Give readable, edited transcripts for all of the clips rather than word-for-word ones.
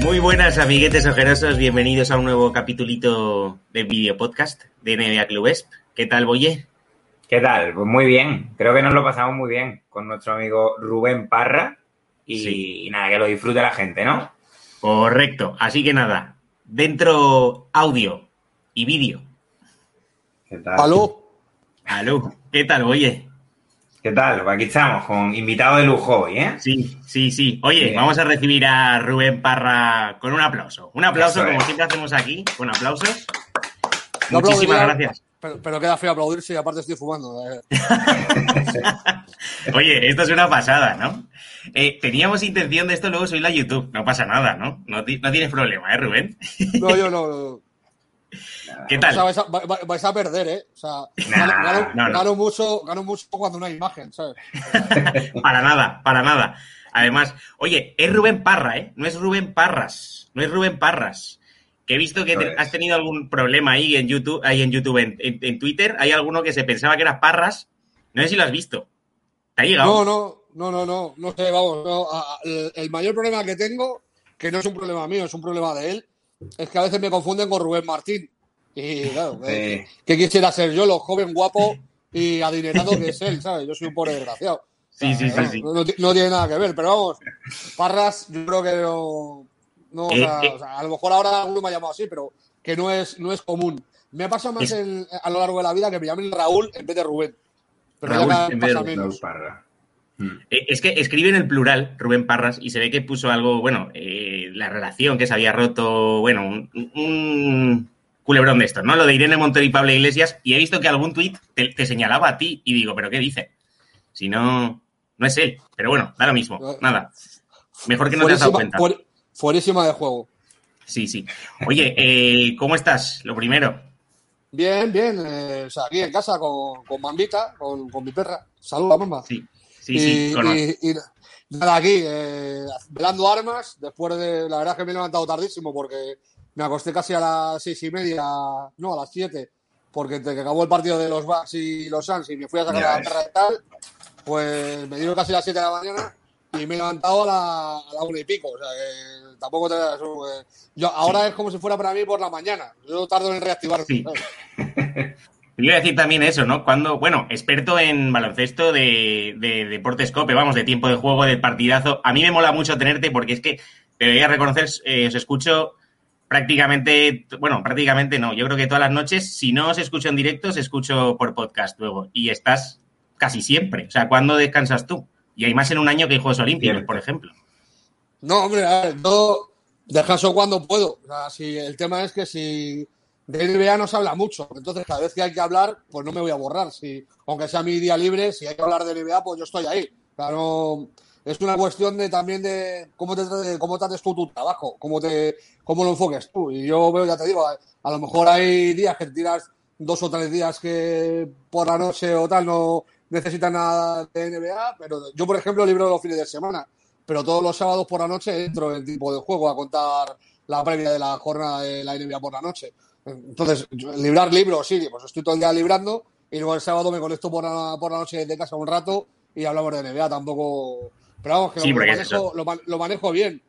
Muy buenas, amiguetes ojerosos, bienvenidos a un nuevo capitulito del video podcast de NBA Club ESP. ¿Qué tal, Boye? ¿Qué tal? Pues muy bien, creo que nos lo pasamos muy bien con nuestro amigo Rubén Parra y nada, que lo disfrute la gente, ¿no? Correcto, así que nada, dentro audio y vídeo. ¿Qué tal? Aló, ¿qué tal, Boye? ¿Qué tal? Pues aquí estamos con invitado de lujo hoy, ¿eh? Sí. Oye, Bien. Vamos a recibir a Rubén Parra con un aplauso. Un aplauso, Eso como es. siempre hacemos aquí, con aplausos. No Muchísimas aplaudiría, gracias. pero queda feo aplaudirse y aparte estoy fumando. Oye, esto es una pasada, ¿no? Teníamos intención de esto luego subirlo a YouTube. No pasa nada, ¿no? No tienes problema, ¿eh, Rubén? No, yo no. ¿Qué O tal? sea, vais a perder, ¿eh? O sea, No. gano mucho cuando no hay imagen, ¿sabes? Para nada. Además, oye, es Rubén Parra, ¿eh? No es Rubén Parras. Que he visto que has tenido algún problema ahí en YouTube, en Twitter. Hay alguno que se pensaba que era Parras. No sé si lo has visto. ¿Te ha llegado? No sé, vamos. El mayor problema que tengo, que no es un problema mío, es un problema de él, es que a veces me confunden con Rubén Martín. Y claro, Sí. ¿qué quisiera ser yo, lo joven, guapo y adinerado que es él, ¿sabes? Yo soy un pobre desgraciado. Sí. No tiene nada que ver, pero vamos, Parras, yo creo que no, o sea, a lo mejor ahora alguno me ha llamado así, pero que no es común. Me ha pasado más a lo largo de la vida que me llamen Raúl en vez de Rubén. Pero Raúl, ya cada vez en vez de pasa Rubén menos. Parra. Es que escribe en el plural Rubén Parras y se ve que puso algo, la relación que se había roto, un culebrón de esto, ¿no? Lo de Irene Montero y Pablo Iglesias, y he visto que algún tuit te señalaba a ti y digo, ¿pero qué dice? Si no es él. Pero bueno, da lo mismo, nada. Mejor que no te has dado cuenta. Fuerísima de juego. Sí. Oye, ¿cómo estás? Lo primero. Bien. O sea, aquí en casa con Mambita, con mi perra. Saluda, mamá. Sí. Y nada, aquí, velando armas, después de... La verdad es que me he levantado tardísimo porque me acosté casi a las 6:30, no, a las 7, porque desde que acabó el partido de los Bucks y los Suns y me fui a sacar a la perra y tal, pues me dieron casi las 7 de la mañana y me he levantado a la 1 y pico. O sea, que tampoco te... Yo, ahora es como si fuera para mí por la mañana. Yo tardo en reactivarme. Sí. ¿Sabes? Te iba a decir también eso, ¿no? Experto en baloncesto de Deportes Cope, vamos, de tiempo de juego, de partidazo. A mí me mola mucho tenerte porque es que debería reconocer, os escucho prácticamente no, yo creo que todas las noches, si no os escucho en directo, os escucho por podcast luego. Y estás casi siempre. O sea, ¿cuándo descansas tú? Y hay más en un año que hay Juegos Olímpicos, por ejemplo. No, hombre, a ver, yo descanso cuando puedo. O sea, el tema es que si de NBA no se habla mucho, entonces cada vez que hay que hablar, pues no me voy a borrar. Aunque sea mi día libre, si hay que hablar de NBA, pues yo estoy ahí. O sea, no, es una cuestión también de cómo trates tú tu trabajo, cómo lo enfoques tú. Y yo veo, ya te digo, a lo mejor hay días que te tiras 2 o 3 días que por la noche o tal no necesitan nada de NBA, pero yo, por ejemplo, libro los fines de semana. Pero todos los sábados por la noche entro en tipo de juego a contar la previa de la jornada de la NBA por la noche. Entonces, librar libros, sí, pues estoy todo el día librando y luego el sábado me conecto por la noche de casa un rato y hablamos de NBA. Tampoco... Pero vamos, que Sí, lo manejo bien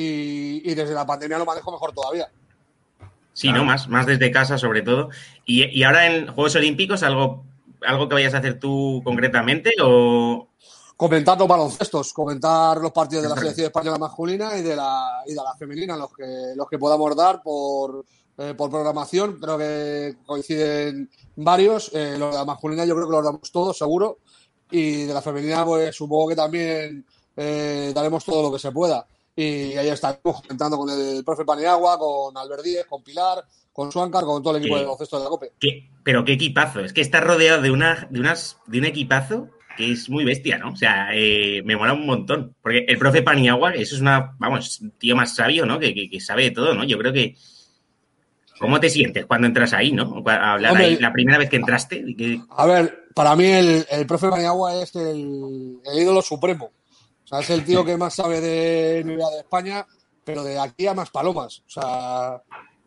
y desde la pandemia lo manejo mejor todavía. Sí, claro. ¿No? Más desde casa, sobre todo. ¿Y ahora en Juegos Olímpicos, algo que vayas a hacer tú concretamente o...? Comentar los baloncestos, comentar los partidos de la selección española masculina y de la femenina, los que podamos dar por programación. Creo que coinciden varios. Los de la masculina yo creo que los damos todos, seguro. Y de la femenina, pues supongo que también daremos todo lo que se pueda. Y ahí estaremos comentando con el profe Paniagua, con Albert Díez, con Pilar, con Suáncar, con todo el equipo de baloncesto de la COPE. Pero qué equipazo. Es que está rodeado de un equipazo que es muy bestia, ¿no? O sea, me mola un montón. Porque el profe Paniagua, eso es un tío más sabio, ¿no? Que sabe de todo, ¿no? Yo creo que... ¿Cómo te sientes cuando entras ahí, no? A hablar. Hombre, ahí, la primera vez que entraste. A ver, para mí el profe Paniagua es el ídolo supremo. O sea, es el tío que más sabe de NBA de España, pero de aquí a más palomas. O sea,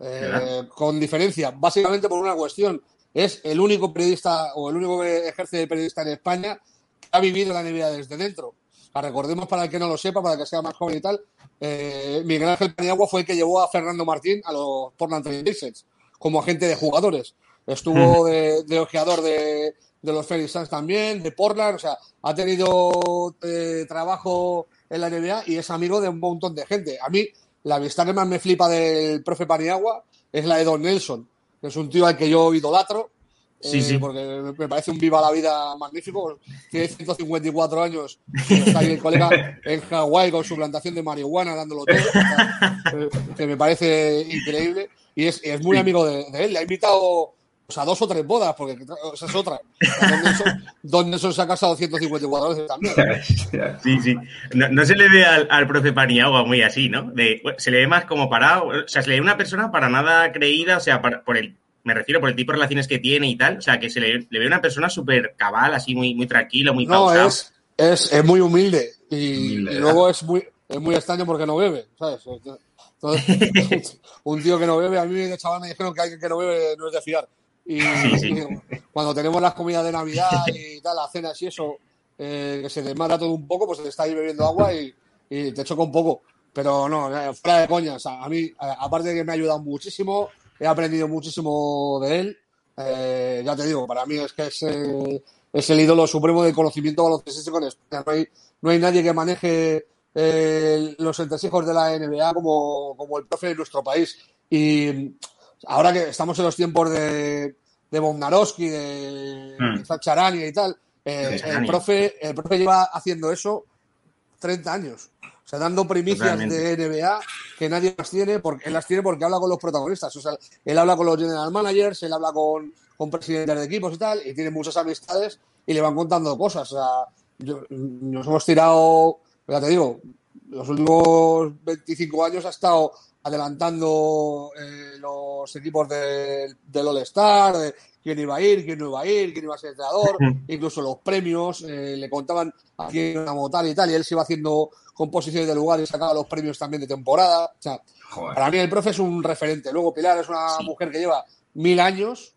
con diferencia. Básicamente por una cuestión. Es el único periodista o el único que ejerce de periodista en España que ha vivido la NBA desde dentro. recordemos para el que no lo sepa, para el que sea más joven y tal, Miguel Ángel Paniagua fue el que llevó a Fernando Martín a los Portland Trail Blazers como agente de jugadores. Estuvo de ojeador de los Phoenix Suns también, de Portland, o sea, ha tenido trabajo en la NBA y es amigo de un montón de gente. A mí, la amistad que más me flipa del profe Paniagua es la de Don Nelson, que es un tío al que yo idolatro. Sí. Porque me parece un viva la vida magnífico. Tiene 154 años y está ahí el colega en Hawái con su plantación de marihuana dándolo todo, o sea, que me parece increíble y es muy amigo de él. Le ha invitado a 2 o 3 bodas, porque esa es otra. Don Nelson se ha casado 154 veces también. Sí. No se le ve al profe Paniagua muy así, ¿no? Se le ve más como parado, o sea, se le ve una persona para nada creída, o sea, me refiero por el tipo de relaciones que tiene y tal, o sea, que se le ve una persona súper cabal, así muy tranquilo, muy pausado. Es muy humilde y luego es muy extraño porque no bebe, ¿sabes? Entonces, un tío que no bebe, a mí de chaval me dijeron que alguien que no bebe no es de fiar. Y cuando tenemos las comidas de Navidad y tal, las cenas y eso, que se desmara todo un poco, pues está ahí bebiendo agua y te choca un poco. Pero no, fuera de coña, o sea, a mí, aparte de que me ha ayudado muchísimo, he aprendido muchísimo de él. Ya te digo, para mí es que es el ídolo supremo del conocimiento baloncestístico en España. No hay nadie que maneje los entresijos de la NBA como el profe de nuestro país. Y ahora que estamos en los tiempos de Bogdanovsky, de Zacharania y tal, el profe lleva haciendo eso 30 años. O sea, dando primicias de NBA que nadie más tiene, porque él las tiene porque habla con los protagonistas. O sea, él habla con los general managers, él habla con presidentes de equipos y tal, y tiene muchas amistades y le van contando cosas. O sea, nos hemos tirado, ya te digo, los últimos 25 años ha estado adelantando los equipos del All-Star, de quién iba a ir, quién no iba a ir, quién iba a ser entrenador, incluso los premios, le contaban a quién iba a votar y tal, y él se iba haciendo composiciones de lugar y sacaba los premios también de temporada. O sea, para mí el profe es un referente. Luego Pilar es una mujer que lleva 1000 años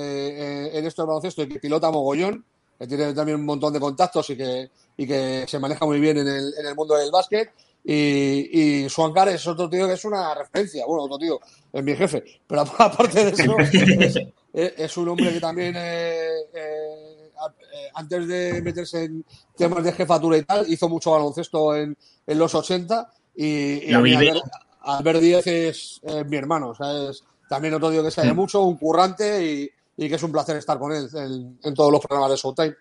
en esto del baloncesto y que pilota mogollón, que tiene también un montón de contactos y que se maneja muy bien en el mundo del básquet. Y Swankar es otro tío que es una referencia, bueno, otro tío, es mi jefe, pero aparte de eso es un hombre que también antes de meterse en temas de jefatura y tal, hizo mucho baloncesto en los 80 y Albert Díez es mi hermano, o sea, es también otro tío que sabe mucho, un currante y que es un placer estar con él en todos los programas de Showtime.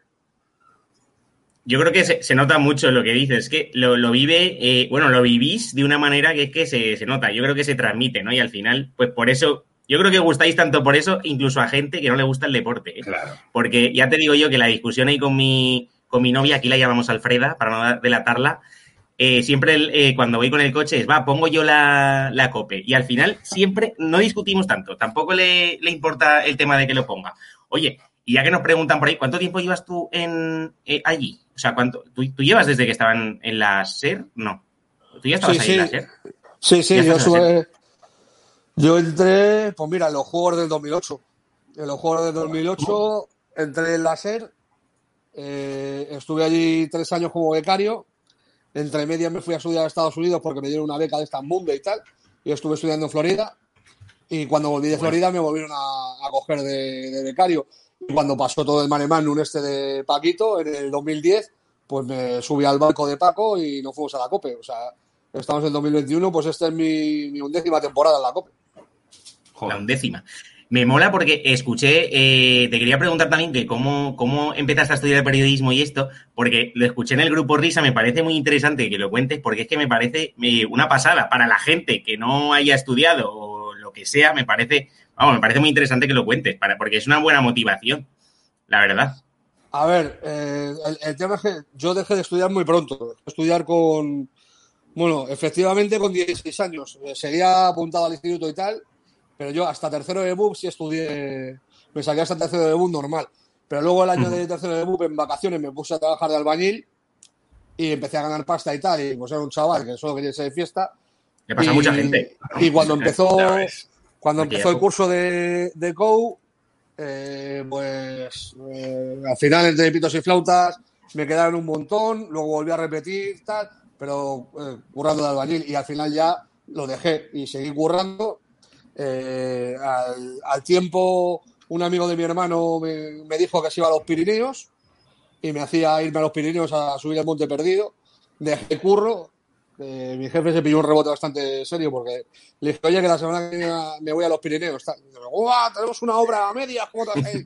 Yo creo que se nota mucho lo que dices, que lo vive, lo vivís de una manera que es que se nota, yo creo que se transmite, ¿no? Y al final, pues por eso, yo creo que gustáis tanto por eso, incluso a gente que no le gusta el deporte, ¿eh? Claro. Porque ya te digo yo que la discusión ahí con mi novia, aquí la llamamos Alfreda, para no delatarla, siempre cuando voy con el coche pongo yo la COPE, y al final siempre no discutimos tanto, tampoco le importa el tema de que lo ponga. Oye, y ya que nos preguntan por ahí, ¿cuánto tiempo llevas tú allí? O sea, ¿tú llevas desde que estaban en la SER? No. ¿Tú ya estabas ahí en la SER? Sí, yo entré, pues mira, en los Juegos del 2008. En los Juegos del 2008 entré en la SER, estuve allí 3 años como becario, entre medias me fui a estudiar a Estados Unidos porque me dieron una beca de Estambul y tal, y estuve estudiando en Florida, y cuando volví de Florida me volvieron a coger de becario. Y cuando pasó todo el mare magnum de Paquito, en el 2010, pues me subí al barco de Paco y nos fuimos a la COPE. O sea, estamos en 2021, pues esta es mi 11ª temporada en la COPE. La 11ª. Me mola porque escuché, te quería preguntar también que cómo empezaste a estudiar periodismo y esto, porque lo escuché en el grupo Risa, me parece muy interesante que lo cuentes, porque es que me parece una pasada para la gente que no haya estudiado o lo que sea, me parece muy interesante que lo cuentes, porque es una buena motivación, la verdad. A ver, el tema es que yo dejé de estudiar muy pronto. Estudiar efectivamente con 16 años. Seguía apuntado al instituto y tal, pero yo hasta tercero de BUP sí estudié, me saqué hasta tercero de BUP normal. Pero luego el año de tercero de BUP en vacaciones me puse a trabajar de albañil y empecé a ganar pasta y tal, y pues era un chaval que solo quería irse de fiesta. Le pasa a mucha gente. Y cuando empezó el curso de COU, al final entre pitos y flautas me quedaron un montón, luego volví a repetir, tal, pero currando de albañil y al final ya lo dejé y seguí currando. Al tiempo, un amigo de mi hermano me dijo que se iba a los Pirineos y me hacía irme a los Pirineos a subir el Monte Perdido. Dejé curro. Mi jefe se pilló un rebote bastante serio porque le dije, oye, que la semana que viene me voy a los Pirineos. Tal. Y me dijo, ¡guau! Tenemos una obra a media, ¿cómo te hacéis?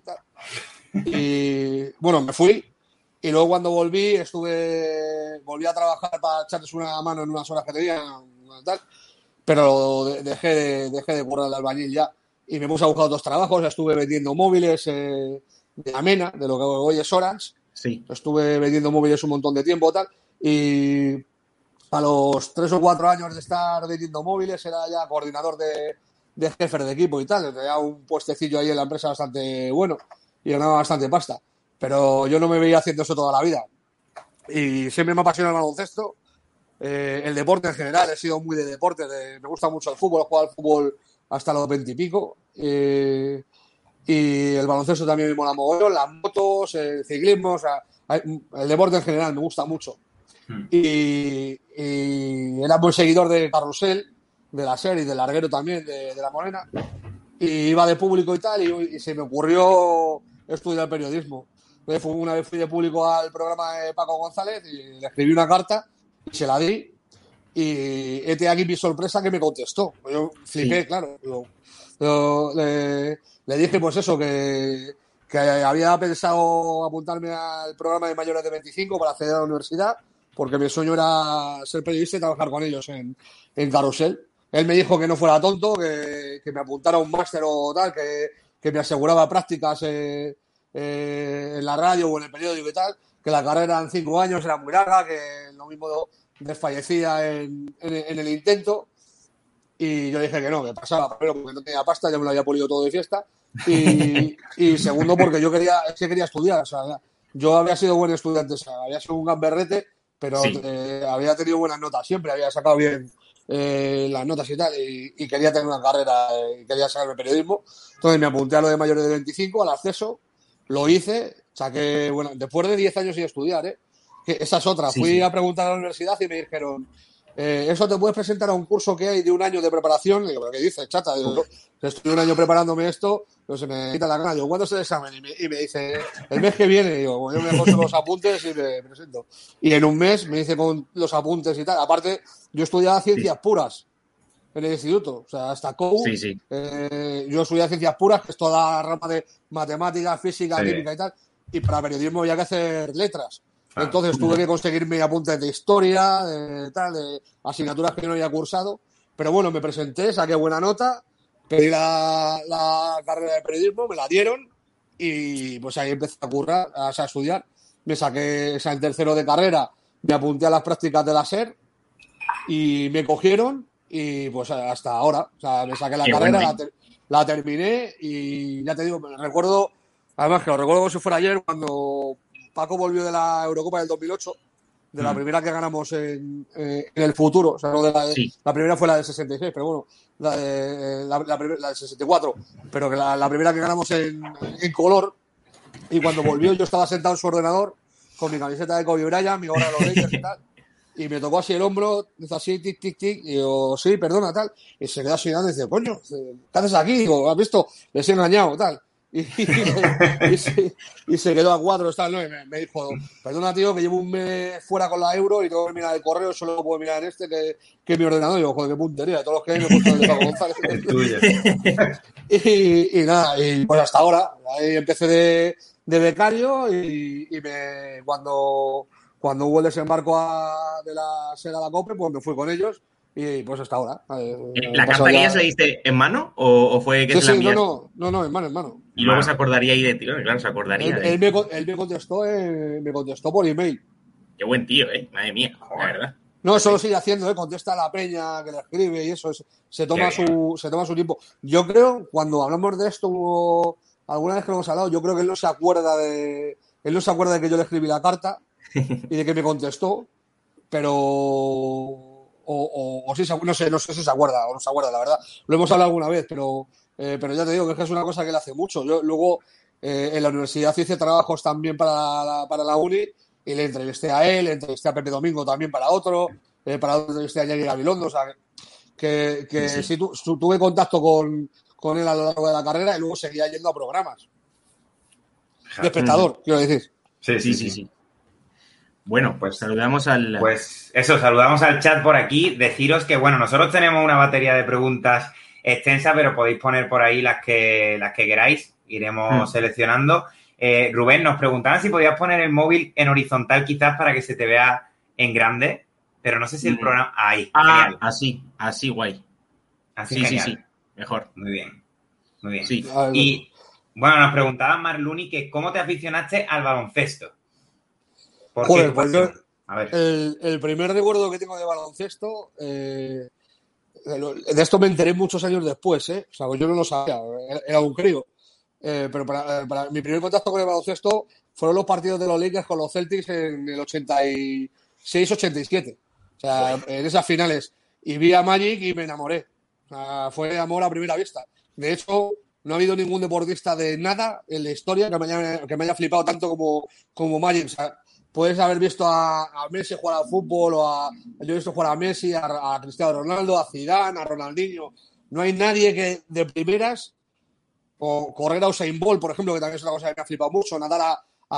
Y bueno, me fui. Y luego cuando volví a trabajar para echarles una mano en unas horas que tenía, tal, pero dejé de currar de albañil ya y me puse a buscar otros trabajos. Estuve vendiendo móviles de Amena, de lo que hoy es Orange. Sí. Estuve vendiendo móviles un montón de tiempo tal y a los 3 o 4 años de estar vendiendo móviles era ya coordinador de jefe de equipo y tal. Tenía un puestecillo ahí en la empresa bastante bueno y ganaba bastante pasta. Pero yo no me veía haciendo eso toda la vida. Y siempre me apasiona el baloncesto. El deporte en general, he sido muy de deporte. Me gusta mucho el fútbol, he jugado al fútbol hasta los 20 y pico. Y el baloncesto también me mola mogollón, las motos, el ciclismo, o sea, el deporte en general me gusta mucho. Y era muy seguidor de Carrusel, de la serie, del larguero también, de La Morena. Y iba de público y tal, y se me ocurrió estudiar periodismo. Entonces, una vez fui de público al programa de Paco González y le escribí una carta y se la di. Y este aquí mi sorpresa que me contestó. Yo flipé, sí. Claro. Le dije, pues eso, que había pensado apuntarme al programa de mayores de 25 para acceder a la universidad, porque mi sueño era ser periodista y trabajar con ellos en Carrusel. Él me dijo que no fuera tonto, que me apuntara a un máster o tal, que me aseguraba prácticas en la radio o en el periódico y tal, que la carrera en 5 años era muy larga, que lo mismo desfallecía en el intento. Y yo dije que no, que pasaba, primero porque no tenía pasta, ya me lo había polido todo de fiesta, y segundo porque yo quería estudiar, o sea, yo había sido buen estudiante, o sea, había sido un gamberrete, pero sí. Había tenido buenas notas siempre, había sacado bien las notas y tal, y quería tener una carrera, y quería sacarme periodismo. Entonces me apunté a lo de mayores de 25, al acceso, lo hice, saqué, bueno, después de 10 años sin estudiar, que esa es otra, fui a preguntar a la universidad y me dijeron, eso te puedes presentar a un curso que hay de 1 año de preparación. Le digo, ¿pero qué dices, chata? Digo, estoy 1 año preparándome esto, pero se me quita la gana. Digo, ¿cuándo es el examen? Y me dice, el mes que viene. Digo, bueno, yo me paso los apuntes y me presento. Y en un mes me hice con los apuntes y tal. Aparte, yo estudiaba ciencias puras en el instituto, o sea, hasta COU. Yo estudiaba ciencias puras, que es toda la rama de matemáticas, física, química y tal. Y para periodismo había que hacer letras. Entonces tuve que conseguirme apuntes de historia, de asignaturas que yo no había cursado. Pero bueno, me presenté, saqué buena nota, pedí la carrera de periodismo, me la dieron y pues ahí empecé a currar, a estudiar. Me saqué en tercero de carrera, me apunté a las prácticas de la SER y me cogieron y pues hasta ahora. O sea, me saqué la carrera, la terminé y ya te digo, me recuerdo, además que lo recuerdo como si fuera ayer, cuando Paco volvió de la Eurocopa del 2008, de la primera que ganamos en el futuro. O sea, no la primera fue la del 66, pero bueno, la del 64. Pero que la primera que ganamos en color. Y cuando volvió, yo estaba sentado en su ordenador con mi camiseta de Kobe Bryant, mi gorra de los Lakers y tal. Y me tocó así el hombro, dice así, tic, tic, tic. Y yo, sí, perdona, tal. Y se quedó así y dice, coño, ¿qué haces aquí? Digo, ¿has visto? Les he engañado, tal. Y se quedó a 4, tal, ¿no? Y me dijo, perdona, tío, que llevo un mes fuera con la Euro y tengo que mirar el correo, solo puedo mirar en que es mi ordenador. Y digo, joder, qué puntería, de todos los que hay me he puesto el de Paco González. El tuyo. y nada, y pues hasta ahora. Ahí empecé de becario y cuando hubo el desembarco de la SER a la COPE, pues me fui con ellos. Y pues hasta ahora. ¿La carta que ya se la diste en mano o fue que se la enviaste? No, en mano. Y luego se acordaría ahí de ti, claro, se acordaría. Él me contestó por email. Qué buen tío, madre mía, la verdad. No, eso lo sigue haciendo, contesta a la peña que le escribe y eso, se toma su tiempo. Yo creo, cuando hablamos de esto, alguna vez que lo hemos hablado, yo creo que él no se acuerda de que yo le escribí la carta y de que me contestó, pero o sí, no sé si se acuerda o no se acuerda, la verdad. Lo hemos hablado alguna vez, pero ya te digo que es una cosa que él hace mucho. Yo luego en la universidad hice trabajos también para la uni y le entrevisté a él, le entrevisté a Pepe Domingo también para otro entrevisté a Yagi Gabilondo, o sea, que sí tuve contacto con él a lo largo de la carrera y luego seguía yendo a programas. De espectador, quiero decir. Sí. Bueno, pues saludamos al... Pues eso, saludamos al chat por aquí. Deciros que, bueno, nosotros tenemos una batería de preguntas extensa, pero podéis poner por ahí las que queráis. Iremos seleccionando. Rubén, nos preguntaban si podías poner el móvil en horizontal quizás para que se te vea en grande, pero no sé si el programa... Ahí, genial. Así guay. Así genial. Sí, mejor. Muy bien. Sí. Y, bueno, nos preguntaba Marluni que ¿cómo te aficionaste al baloncesto? Joder, pues yo, a ver. El primer recuerdo que tengo de baloncesto, de esto me enteré muchos años después, O sea, pues yo no lo sabía, era un crío. Pero para mi primer contacto con el baloncesto fueron los partidos de los Lakers con los Celtics en el 86-87. O sea, en esas finales. Y vi a Magic y me enamoré. O sea, fue amor a primera vista. De hecho, no ha habido ningún deportista de nada en la historia que me haya flipado tanto como Magic. O sea, puedes haber visto a Messi jugar al fútbol yo he visto jugar a Messi, a Cristiano Ronaldo, a Zidane, a Ronaldinho. No hay nadie que de primeras, o correr a Usain Bolt, por ejemplo, que también es una cosa que me ha flipado mucho, nadar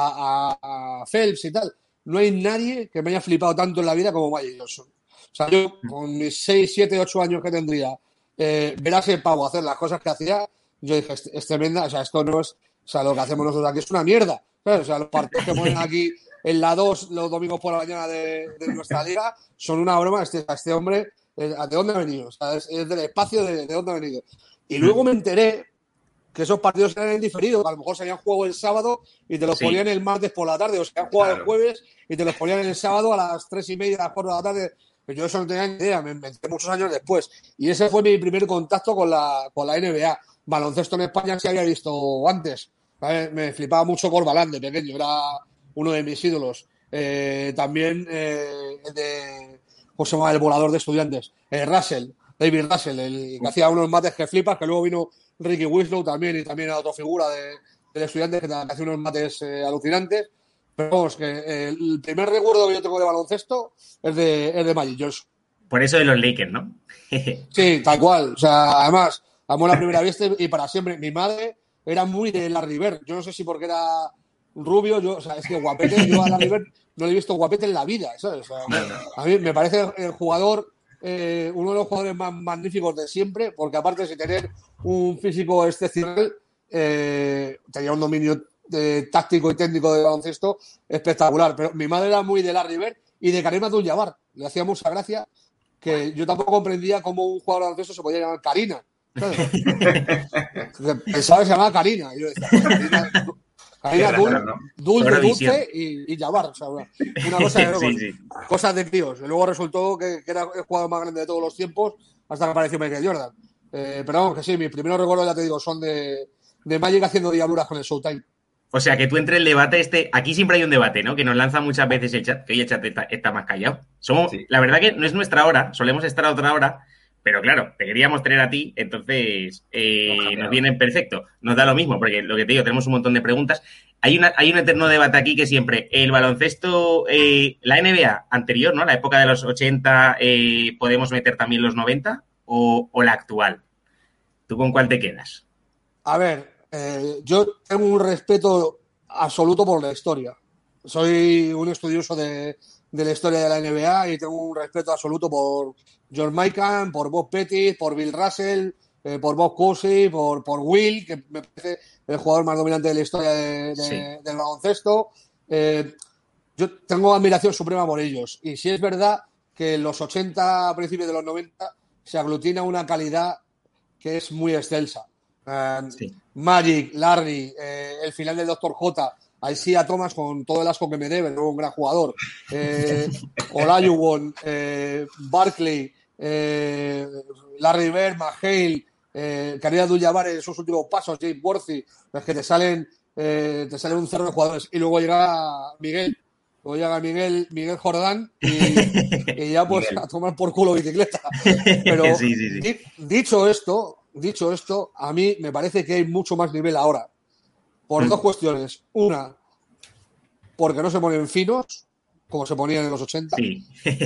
a Phelps y tal. No hay nadie que me haya flipado tanto en la vida como Magic Johnson. O sea, yo con mis 6, 7, 8 años que tendría, ver a ese pavo hacer las cosas que hacía, yo dije, es tremenda, o sea, esto no es, o sea, lo que hacemos nosotros aquí es una mierda, ¿sabes? O sea, los partidos que ponen aquí en la 2 los domingos por la mañana de nuestra liga son una broma. Este hombre, ¿de dónde ha venido? O sea, es del espacio de dónde ha venido. Y luego me enteré que esos partidos eran indiferidos, que a lo mejor se habían jugado el sábado y te los ponían el martes por la tarde, o se habían jugado el jueves y te los ponían el sábado a las 3:30, a las 4 de la tarde. Pero yo eso no tenía ni idea, me enteré muchos años después. Y ese fue mi primer contacto con la NBA. Baloncesto en España sí había visto antes. ¿Vale? Me flipaba mucho Corbalán de pequeño, era uno de mis ídolos. También ¿cómo se llama? El volador de estudiantes. David Russell, el que hacía unos mates que flipas, que luego vino Ricky Winslow también, y también era otra figura del estudiante que hacía unos mates alucinantes. Pero vamos, que el primer recuerdo que yo tengo de baloncesto es de Magic Johnson. Por eso de los Lakers, ¿no? Sí, tal cual. O sea, además, amor a primera vista y para siempre. Mi madre era muy de Larry Bird. Yo no sé si porque era rubio, o sea, es que guapete, yo a Larry Bird no le he visto guapete en la vida, ¿sabes? O sea, a mí me parece el jugador, uno de los jugadores más magníficos de siempre, porque aparte de tener un físico excepcional, tenía un dominio táctico y técnico de baloncesto espectacular. Pero mi madre era muy de Larry Bird y de Kareem Abdul-Jabbar. Le hacía mucha gracia que yo tampoco comprendía cómo un jugador de baloncesto se podía llamar Karina, ¿sabes? Pensaba que se llamaba Karina. Y yo decía, Karina Dul de dulce y Jabbar. O sea, una cosa de cosas de tíos. Y luego resultó que era el jugador más grande de todos los tiempos hasta que apareció Michael Jordan. Pero vamos, que sí, mis primeros recuerdos, ya te digo, son de Magic haciendo diabluras con el Showtime. O sea, que tú entre el debate aquí siempre hay un debate, ¿no? Que nos lanza muchas veces el chat, que hoy el chat está más callado. La verdad que no es nuestra hora, solemos estar a otra hora, pero claro, te queríamos tener a ti, entonces nos viene perfecto. Nos da lo mismo, porque lo que te digo, tenemos un montón de preguntas. Hay un eterno debate aquí que siempre, el baloncesto, la NBA anterior, ¿no? La época de los 80, ¿podemos meter también los 90 o la actual? ¿Tú con cuál te quedas? A ver, yo tengo un respeto absoluto por la historia. Soy un estudioso de la historia de la NBA y tengo un respeto absoluto por George Mikan, por Bob Pettit, por Bill Russell, por Bob Cousy, por Will, que me parece el jugador más dominante de la historia del baloncesto. Yo tengo admiración suprema por ellos. Y sí es verdad que en los 80, a principios de los 90, se aglutina una calidad que es muy excelsa. Magic, Larry, el final del Dr. J, Isaiah Thomas con todo el asco que me debe, luego un gran jugador, Olajuwon, Barkley, Larry Bird, McHale, Kareem Abdul-Jabbar en sus últimos pasos, James Worthy, es que te salen un cerro de jugadores, y luego llega Miguel Jordán y ya pues a tomar por culo bicicleta. Pero sí. Dicho esto, a mí me parece que hay mucho más nivel ahora. Por dos cuestiones. Una, porque no se ponen finos, como se ponían en los 80, Sí.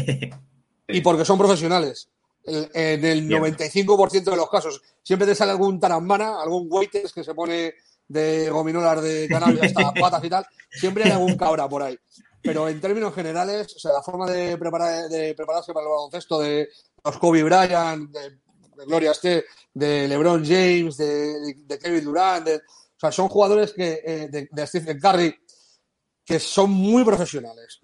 y porque son profesionales. En el 95% de los casos siempre te sale algún tarambana, algún waiters que se pone de gominolas de cannabis hasta las patas y tal, siempre hay algún cabra por ahí. Pero en términos generales, o sea, la forma de prepararse para el baloncesto de los Kobe Bryant, de Gloria Estefan, de LeBron James, de Kevin Durant, o sea, son jugadores de Stephen Curry, que son muy profesionales,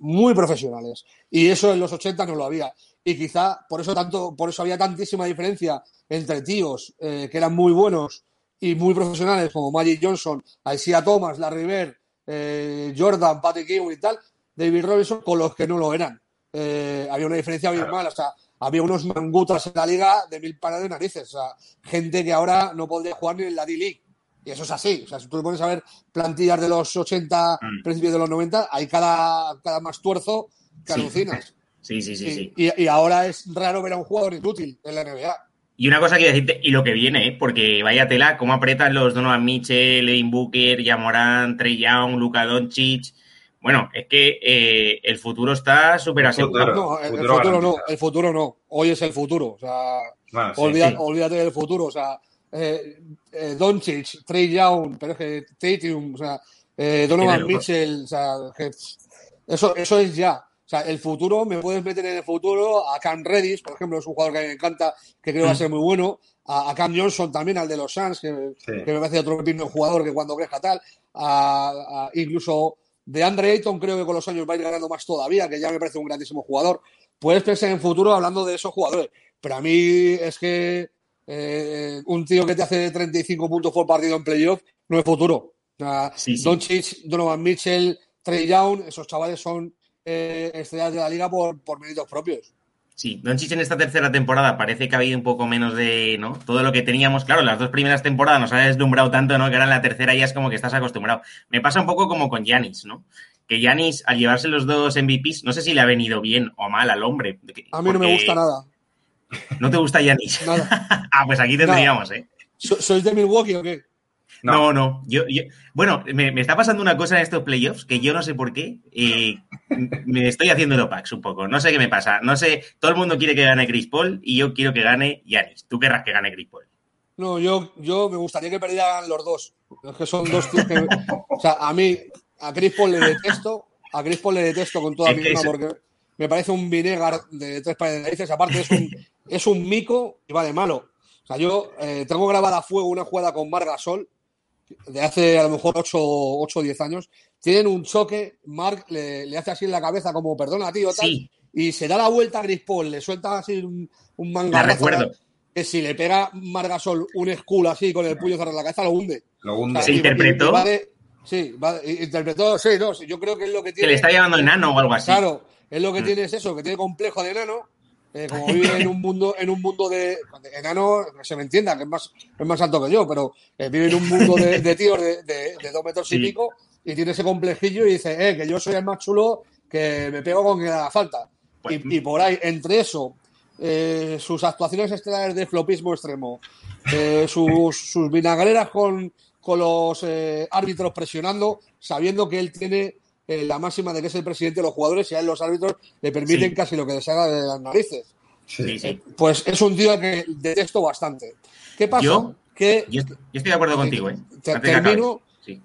y eso en los 80 no lo había, y quizá por eso había tantísima diferencia entre tíos que eran muy buenos y muy profesionales como Magic Johnson, Isaiah Thomas, Larry Bird, Jordan, Patrick Ewing y tal, David Robinson, con los que no lo eran. Había una diferencia abismal, o sea, había unos mangutas en la liga de 1000 pares de narices, o sea, gente que ahora no podría jugar ni en la D-League. Y eso es así. O sea, si tú te pones a ver plantillas de los 80, principios de los 90, hay cada más tuerzo que alucinas. Sí. Y ahora es raro ver a un jugador inútil en la NBA. Y una cosa que decirte, y lo que viene, porque vaya tela, cómo apretan los Donovan Mitchell, Devin Booker, Ja Morant, Trae Young, Luka Doncic. Bueno, es que el futuro está súper asegurado. No, el futuro no. Hoy es el futuro. O sea, bueno, olvídate del futuro. O sea, Doncic, Trae Young, pero es que Tatum, o sea, Donovan Mitchell, o sea, eso es ya. O sea, el futuro, me puedes meter en el futuro a Cam Reddish, por ejemplo, es un jugador que a mí me encanta, que creo que va a ser muy bueno. A Cam Johnson también, al de los Suns, que me parece otro pepino jugador que cuando crezca tal. Incluso de Andre Ayton, creo que con los años va a ir ganando más todavía, que ya me parece un grandísimo jugador. Puedes pensar en futuro hablando de esos jugadores, pero a mí es que un tío que te hace 35 puntos por partido en playoff no es futuro. O sea, Doncic, Donovan Mitchell, Trae Young, esos chavales son estrellas de la liga por méritos propios. Sí, Doncic en esta tercera temporada parece que ha habido un poco menos de, ¿no? Todo lo que teníamos, claro, las dos primeras temporadas nos ha deslumbrado tanto, ¿no? Que ahora en la tercera ya es como que estás acostumbrado. Me pasa un poco como con Giannis, ¿no? Que Giannis, al llevarse los dos MVPs, no sé si le ha venido bien o mal al hombre. A mí no me gusta nada. ¿No te gusta Giannis? Nada. Pues aquí tendríamos, ¿eh? ¿Sois de Milwaukee o qué? No. Bueno, me está pasando una cosa en estos playoffs que yo no sé por qué. Me estoy haciendo el packs un poco. No sé qué me pasa. No sé, todo el mundo quiere que gane Chris Paul y yo quiero que gane Giannis. ¿Tú querrás que gane Chris Paul? No, yo me gustaría que perdieran los dos. Es que son dos tíos que... O sea, a mí, a Chris Paul le detesto. A Chris Paul le detesto con toda mi alma porque me parece un vinegar de 3 pares de narices. Aparte es un mico y va de malo. O sea, yo tengo grabada a fuego una jugada con Marc Gasol de hace a lo mejor 8 o 10 años. Tienen un choque, Marc le hace así en la cabeza como perdona tío tal, y se da la vuelta a Chris Paul, le suelta así un mangazo. La recuerdo. Que si le pega Marc Gasol un skull así con el puño cerrado en la cabeza, lo hunde. O sea, ¿se interpretó? Interpretó, no, yo creo que es lo que tiene. Que le está llamando enano o algo así. Claro, es lo que tiene es eso, que tiene complejo de enano. Como vive en un mundo de enano, se me entienda, que es más alto que yo, pero vive en un mundo de tíos de 2 metros y pico y tiene ese complejillo y dice, que yo soy el más chulo, que me pego con que haga falta. Pues, y por ahí, entre eso, sus actuaciones estelares de flopismo extremo, sus vinagreras con los árbitros presionando, sabiendo que él tiene la máxima de que es el presidente de los jugadores y a él los árbitros le permiten casi lo que les haga de las narices. Pues es un tío que detesto bastante. ¿Qué pasa? Yo estoy de acuerdo contigo. Termino.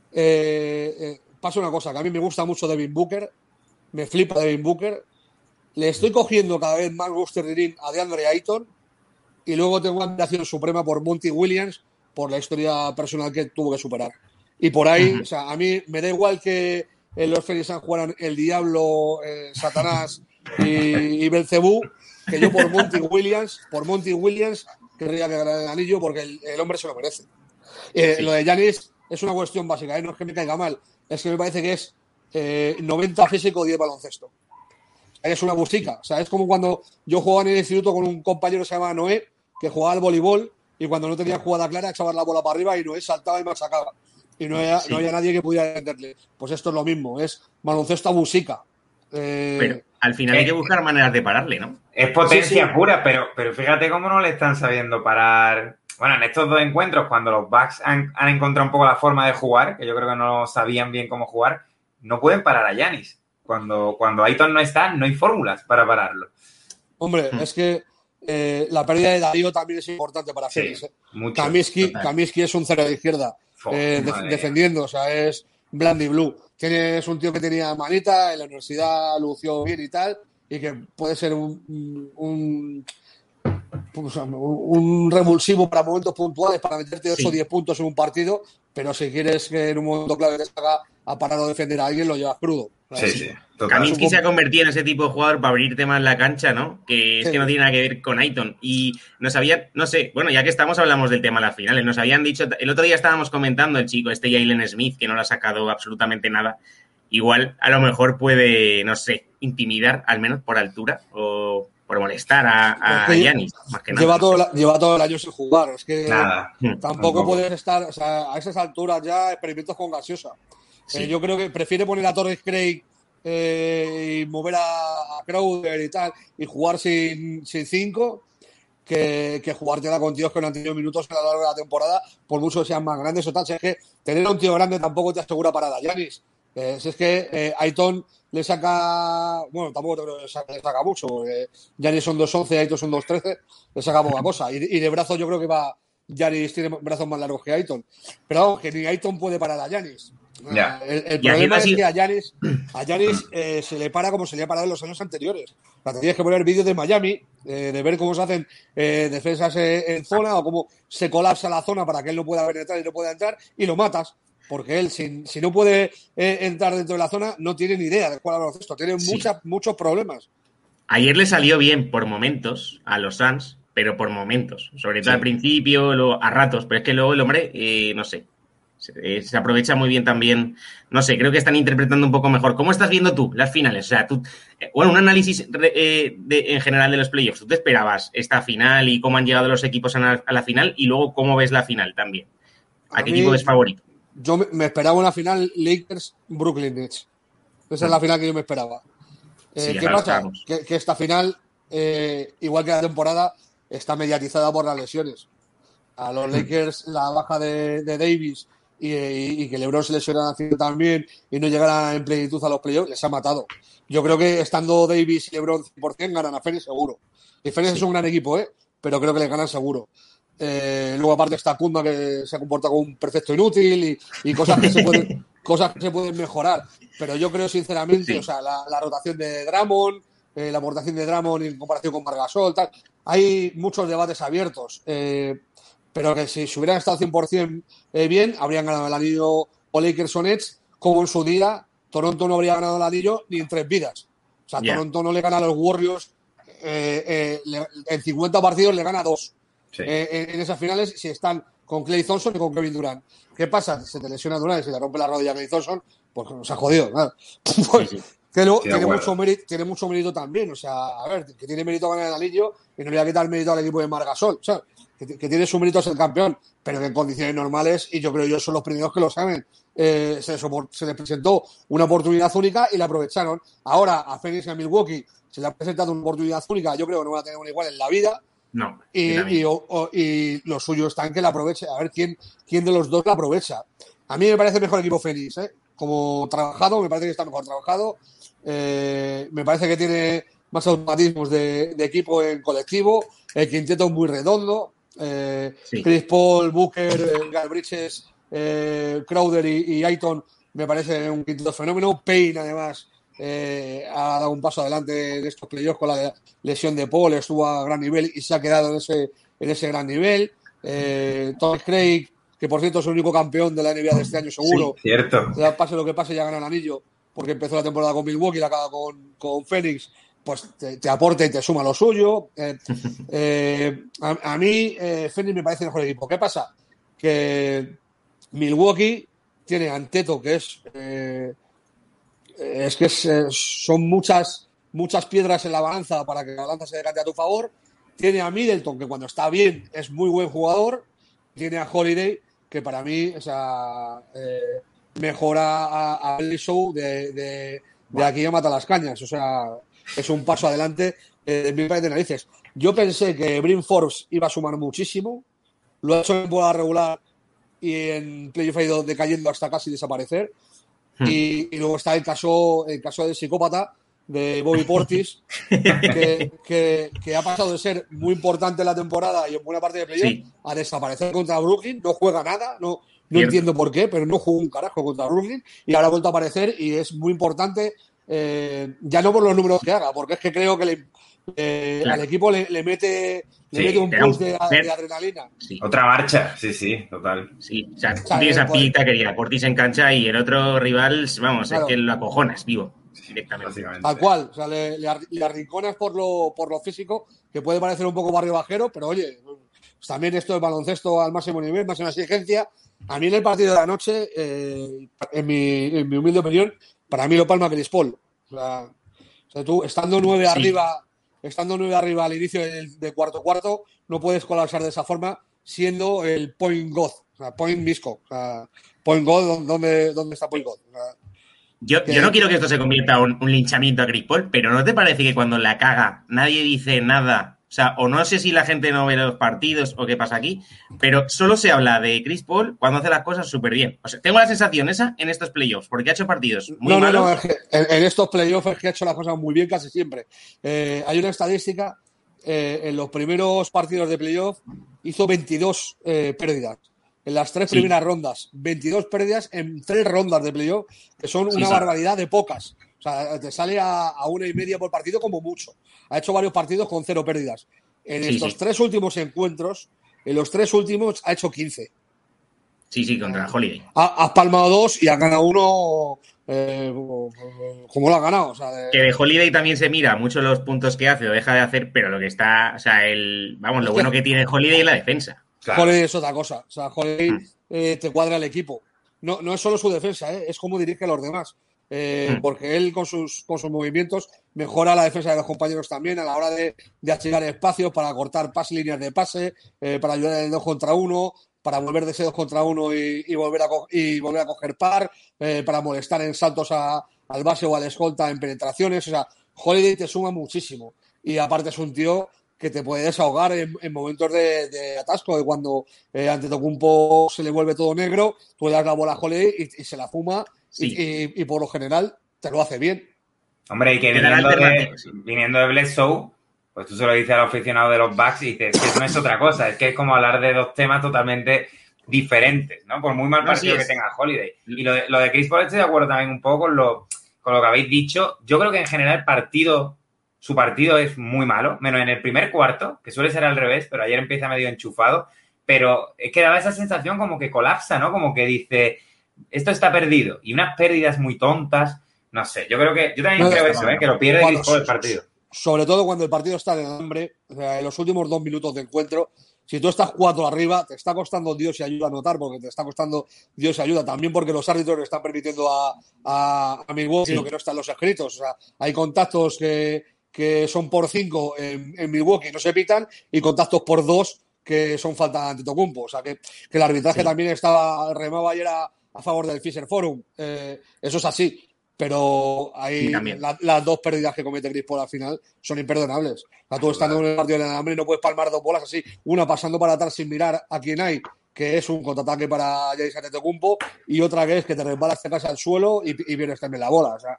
Pasa una cosa, que a mí me gusta mucho Devin Booker, me flipa Devin Booker, le estoy cogiendo cada vez más gusto a DeAndre Ayton y luego tengo una admiración suprema por Monty Williams por la historia personal que tuvo que superar. Y por ahí, o sea, a mí me da igual que los Phoenix Suns jugaran el Diablo, Satanás y Belcebú, que yo por Monty Williams querría que ganara el anillo porque el hombre se lo merece. Lo de Giannis es una cuestión básica, no es que me caiga mal, es que me parece que es 90 físico, 10 baloncesto. Es una música, o sea, es como cuando yo jugaba en el instituto con un compañero que se llamaba Noé, que jugaba al voleibol y cuando no tenía jugada clara echaba la bola para arriba y Noé saltaba y machacaba. Y no había nadie que pudiera entenderle. Pues esto es lo mismo, es baloncesto a música. Pero al final hay que buscar maneras de pararle, ¿no? Es potencia pura, pero fíjate cómo no le están sabiendo parar. Bueno, en estos dos encuentros, cuando los Bucks han encontrado un poco la forma de jugar, que yo creo que no sabían bien cómo jugar, no pueden parar a Giannis. Cuando Ayton no está, no hay fórmulas para pararlo. Hombre, es que la pérdida de Darío también es importante para Phoenix. Kaminsky es un cero de izquierda defendiendo, o sea, es Blandy Blue. Es un tío que tenía manita, en la universidad lució bien y tal, y que puede ser un revulsivo para momentos puntuales, para meterte 8 o 10 puntos en un partido, pero si quieres que en un momento clave te salga a parar o defender a alguien, lo llevas crudo. Kaminsky se ha convertido en ese tipo de jugador para abrirte más la cancha, ¿no? Que es que no tiene nada que ver con Ayton. Y nos habían, no sé, bueno, ya que estamos, hablamos del tema de las finales. Nos habían dicho, el otro día estábamos comentando el chico, Jalen Smith, que no le ha sacado absolutamente nada. Igual, a lo mejor puede, no sé, intimidar, al menos por altura, o por molestar a Giannis, más que nada. Lleva todo el año sin jugar. Es que tampoco puedes estar, o sea, a esas alturas ya experimentos con gaseosa. Sí. Yo creo que prefiere poner a Torres Craig y mover a Crowder y tal, y jugar sin 5 que jugártela con tíos que no han tenido minutos a lo largo de la temporada, por mucho que sean más grandes o tal. Si es que tener a un tío grande tampoco te asegura parada, Giannis. Si es que Ayton le saca, bueno, tampoco te creo que le saca mucho, porque Giannis son 2'11", Ayton son 2'13", le saca poca cosa. Y de brazo yo creo que Giannis tiene brazos más largos que Ayton. Pero vamos, que ni Ayton puede parar a Giannis. El problema es que a Giannis se le para como se le ha parado en los años anteriores. O sea, te tienes que poner vídeos de Miami, de ver cómo se hacen defensas en zona o cómo se colapsa la zona para que él no pueda penetrar y no pueda entrar, y lo matas. Porque él, si no puede entrar dentro de la zona, no tiene ni idea de jugar al baloncesto. Tiene muchos problemas. Ayer le salió bien por momentos a los Suns, pero por momentos. Sobre todo al principio, luego, a ratos. Pero es que luego el hombre, no sé, se aprovecha muy bien también. No sé, creo que están interpretando un poco mejor. ¿Cómo estás viendo tú las finales? O sea, tú, un análisis en general de los playoffs. ¿Tú te esperabas esta final y cómo han llegado los equipos a la final? Y luego, ¿cómo ves la final también? ¿A qué equipo es favorito? Yo me esperaba una final Lakers-Brooklyn Nets. Esa es la final que yo me esperaba. ¿Qué pasa? Que esta final, igual que la temporada, está mediatizada por las lesiones. A los Lakers, la baja de Davis y que LeBron se lesionara también y no llegara en plenitud a los playoffs, les ha matado. Yo creo que estando Davis y LeBron 100% ganan a Phoenix seguro. Y Phoenix es un gran equipo, pero creo que les ganan seguro. Luego aparte está Kuzma, que se ha comportado como un perfecto inútil y cosas que se pueden mejorar. Pero yo creo sinceramente, o sea, la rotación de Drummond, la aportación de Drummond en comparación con Marc Gasol, tal, hay muchos debates abiertos. Pero que si hubieran estado 100% bien, habrían ganado el anillo o Lakers o Nets, como en su día Toronto no habría ganado el anillo ni en 3 vidas. O sea, Toronto no le gana a los Warriors, en 50 partidos le gana 2. Sí. En esas finales, si están con Klay Thompson y con Kevin Durant. ¿Qué pasa? Se te lesiona Durant y se te rompe la rodilla a Klay Thompson, pues se ha jodido. Nada. Pues, que luego tiene mucho mérito también. O sea, a ver, que tiene mérito ganar el anillo y no le va a quitar mérito al equipo de Marc Gasol. O sea, que tiene su mérito ser campeón, pero que en condiciones normales, y yo creo que ellos son los primeros que lo saben, se les presentó una oportunidad única y la aprovecharon. Ahora a Phoenix y a Milwaukee se le ha presentado una oportunidad única, yo creo que no van a tener una igual en la vida. No. Y lo suyo está en que la aproveche. A ver quién de los dos la aprovecha. A mí me parece mejor equipo Phoenix, como trabajado, me parece que está mejor trabajado. Me parece que tiene más automatismos de equipo en colectivo. El quinteto es muy redondo. Chris Paul, Booker, Gal Bridges, Crowder y Ayton me parece un quinteto fenómeno. Payne, además, ha dado un paso adelante en estos playoffs con la lesión de Paul, estuvo a gran nivel y se ha quedado en ese gran nivel. Torres Craig, que por cierto es el único campeón de la NBA de este año seguro. Sí, cierto. Ya pase lo que pase, ya gana el anillo, porque empezó la temporada con Milwaukee y la acaba con Phoenix, pues te aporta y te suma lo suyo. A mí Phoenix me parece el mejor equipo. ¿Qué pasa? Que Milwaukee tiene Anteto, que son muchas piedras en la balanza para que la balanza se decante a tu favor. Tiene a Middleton, que cuando está bien es muy buen jugador. Tiene a Holiday, que para mí, o sea, mejora a Bledsoe de aquí a Mata las Cañas. O sea, es un paso adelante de mil pares de narices. Yo pensé que Bryn Forbes iba a sumar muchísimo. Lo ha hecho en temporada regular y en playoff ha ido decayendo hasta casi desaparecer. Y luego está el caso del psicópata de Bobby Portis, que ha pasado de ser muy importante en la temporada y en buena parte de playoff a desaparecer contra Brooklyn. No juega nada, no entiendo por qué, pero no jugó un carajo contra Brooklyn y ahora ha vuelto a aparecer y es muy importante, ya no por los números que haga, porque es que creo que al equipo le mete un push de adrenalina. Sí. Otra marcha, sí, total. Sí, o sea, tienes a Pita que quería Portis en cancha y el otro rival, vamos, claro, es que lo acojonas vivo directamente. Tal cual, o sea, le arrinconas por lo físico, que puede parecer un poco barrio bajero, pero oye, pues también esto es baloncesto al máximo nivel, máxima exigencia. A mí en el partido de la noche, en mi humilde opinión, para mí lo palma Chris Paul. O sea, tú estando 9 arriba al inicio del cuarto, no puedes colapsar de esa forma siendo el point god, o sea, point misco. O sea, point god, ¿dónde está point god? O sea, yo no quiero que esto se convierta en un linchamiento a Chris Paul, pero ¿no te parece que cuando la caga nadie dice nada? O sea, o no sé si la gente no ve los partidos o qué pasa aquí, pero solo se habla de Chris Paul cuando hace las cosas súper bien. O sea, tengo la sensación esa en estos playoffs, porque ha hecho partidos muy malos. No, es que en estos playoffs es que ha hecho las cosas muy bien casi siempre. Hay una estadística, en los primeros partidos de playoff hizo 22 pérdidas. En las 3 primeras rondas, 22 pérdidas en 3 rondas de playoff, que son una barbaridad de pocas. O sea, te sale a 1,5 por partido como mucho. Ha hecho varios partidos con 0 pérdidas. En estos 3 últimos encuentros, en los 3 últimos ha hecho 15. Sí, contra Holiday. Has palmado 2 y has ganado 1 como lo has ganado. O sea, que de Holiday también se mira mucho los puntos que hace o deja de hacer, pero lo que está, o sea, lo bueno que tiene Holiday es la defensa. Claro. Holiday es otra cosa. O sea, Holiday te cuadra el equipo. No es solo su defensa, es como dirige a los demás. Porque él con sus movimientos mejora la defensa de los compañeros también a la hora de achicar espacios para cortar líneas de pase, para ayudar en el 2 contra 1, para volver de ese 2 contra 1 y volver a coger par, para molestar en saltos al base o al escolta en penetraciones. O sea, Holiday te suma muchísimo y aparte es un tío que te puede desahogar en momentos de atasco, de cuando Antetokounmpo se le vuelve todo negro, tú le das la bola a Holiday y se la fuma. Y por lo general te lo hace bien. Hombre, y que viniendo de Bledsoe, pues tú se lo dices al aficionado de los Bucks y dices que no es otra cosa, es que es como hablar de 2 temas totalmente diferentes, ¿no? Por muy mal partido que tenga Holiday. Y lo de Chris Paul estoy de acuerdo también un poco con lo que habéis dicho. Yo creo que en general su partido es muy malo, menos en el primer cuarto, que suele ser al revés, pero ayer empieza medio enchufado. Pero es que daba esa sensación como que colapsa, ¿no? Como que dice, esto está perdido. Y unas pérdidas muy tontas, no sé. Yo también creo eso, que lo pierde Chris Paul el partido. Sobre todo cuando el partido está en hambre, o sea, en los últimos 2 minutos de encuentro, si tú estás 4 arriba, te está costando Dios y ayuda a anotar, porque te está costando Dios y ayuda, también porque los árbitros le están permitiendo a Milwaukee lo que no está en los escritos. O sea, hay contactos que son por 5 en Milwaukee, no se pitan, y contactos por 2 que son falta de Antetokounmpo. O sea, que el arbitraje también remaba ayer a favor del Fisher Forum. Eso es así. Pero las 2 pérdidas que comete Chris Paul al final son imperdonables. O sea, tú estando en el partido de hambre no puedes palmar 2 bolas así, una pasando para atrás sin mirar a quién hay, que es un contraataque para Giannis Antetokounmpo, y otra que es que te resbalas, te caes al suelo y vienes también la bola. O sea,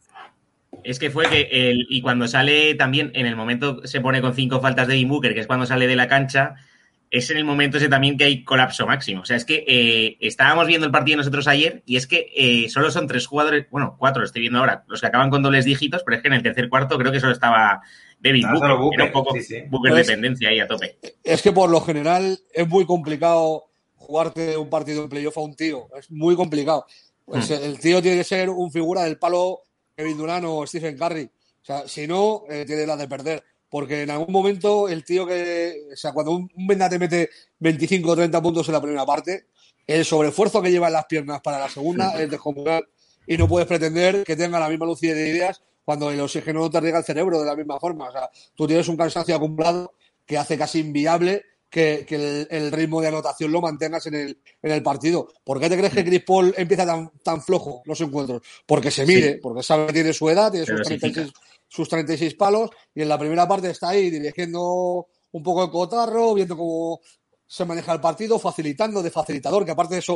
es que fue que y cuando sale también, en el momento se pone con 5 faltas de Devin Booker, que es cuando sale de la cancha, es en el momento ese también que hay colapso máximo. O sea, es que estábamos viendo el partido nosotros ayer y es que solo son 3 jugadores, bueno, 4 lo estoy viendo ahora, los que acaban con dobles dígitos, pero es que en el tercer cuarto creo que solo estaba Devin Booker. Era un poco Booker dependencia ahí a tope. Es que por lo general es muy complicado jugarte un partido en playoff a un tío. Es muy complicado. Pues el tío tiene que ser un figura del palo Kevin Durant o Stephen Curry. O sea, si no, tiene la de perder. Porque en algún momento el tío cuando un Venda te mete 25 o 30 puntos en la primera parte, el sobreesfuerzo que lleva en las piernas para la segunda es descomunal y no puedes pretender que tenga la misma lucidez de ideas cuando el oxígeno no te riega el cerebro de la misma forma. O sea, tú tienes un cansancio acumulado que hace casi inviable que el ritmo de anotación lo mantengas en el partido. ¿Por qué te crees que Chris Paul empieza tan flojo los encuentros? Porque se mide, porque sabe que tiene su edad, tiene sus 36 palos, y en la primera parte está ahí dirigiendo un poco el cotarro, viendo cómo se maneja el partido, facilitando de facilitador, que aparte de eso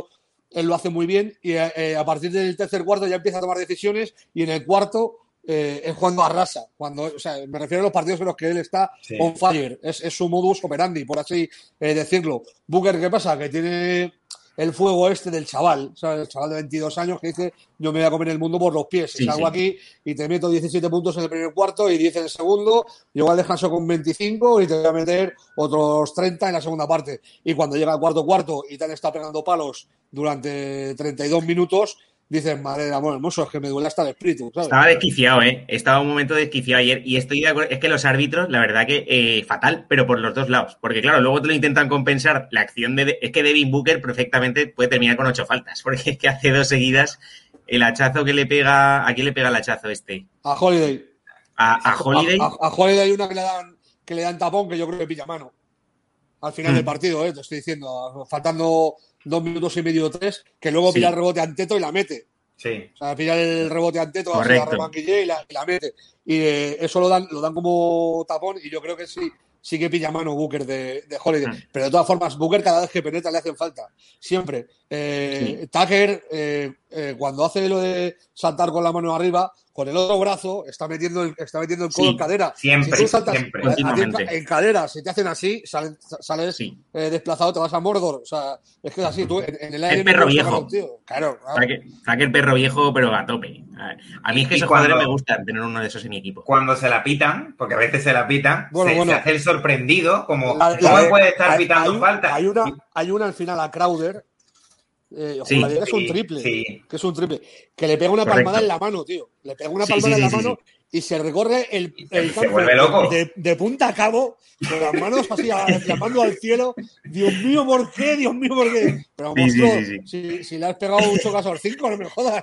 él lo hace muy bien y a partir del tercer cuarto ya empieza a tomar decisiones y en el cuarto es cuando arrasa. O sea, me refiero a los partidos en los que él está on fire. Es su modus operandi, por así decirlo. Booker, ¿qué pasa? Que tiene el fuego del chaval, ¿sabes? El chaval de 22 años que dice yo me voy a comer el mundo por los pies. Si salgo aquí y te meto 17 puntos en el primer cuarto y 10 en el segundo, yo al descanso con 25 y te voy a meter otros 30 en la segunda parte. Y cuando llega el cuarto y te han estado pegando palos durante 32 minutos, dices, madre de amor hermoso, es que me duele hasta el espíritu, ¿sabes? Estaba desquiciado, ¿eh? Estaba un momento desquiciado ayer y estoy de acuerdo. Es que los árbitros, la verdad que fatal, pero por los dos lados. Porque claro, luego te lo intentan compensar la acción es que Devin Booker perfectamente puede terminar con 8 faltas, porque es que hace 2 seguidas el hachazo que le pega... ¿A quién le pega el hachazo este? A Holiday. ¿A Holiday? A Holiday hay una que le dan tapón que yo creo que pilla mano. Al final del partido, te estoy diciendo, faltando 2 minutos y medio, 3, que luego pilla el rebote a Anteto y la mete. Sí. O sea, pilla el rebote a Anteto, a Román Guillé y la mete. Y eso lo dan como tapón y yo creo que sí que pilla mano Booker de Holiday. Pero de todas formas, Booker cada vez que penetra le hacen falta. Siempre. Tucker, cuando hace lo de saltar con la mano arriba, con el otro brazo está metiendo el codo en cadera. Siempre, si tú saltas continuamente. en cadera, si te hacen así, sales desplazado, te vas a Mordor. O sea, es que es así, tú en el aire... El perro viejo. Claro. Saque el perro viejo, pero a tope. A mí es que esos jugadores me gustan tener uno de esos en mi equipo. Cuando se la pitan, porque a veces se la pitan, se hace el sorprendido, como ¿cómo puede estar pitando falta? Hay una al final a Crowder, que es un triple, que le pega una palmada en la mano, tío. Le pega una palmada en la mano y se recorre el campo se vuelve loco. De punta a cabo, con las manos así llamando al cielo. Dios mío, ¿por qué? Dios mío, ¿por qué? Pero monstruo, si le has pegado un chocazo al 5, no me jodas.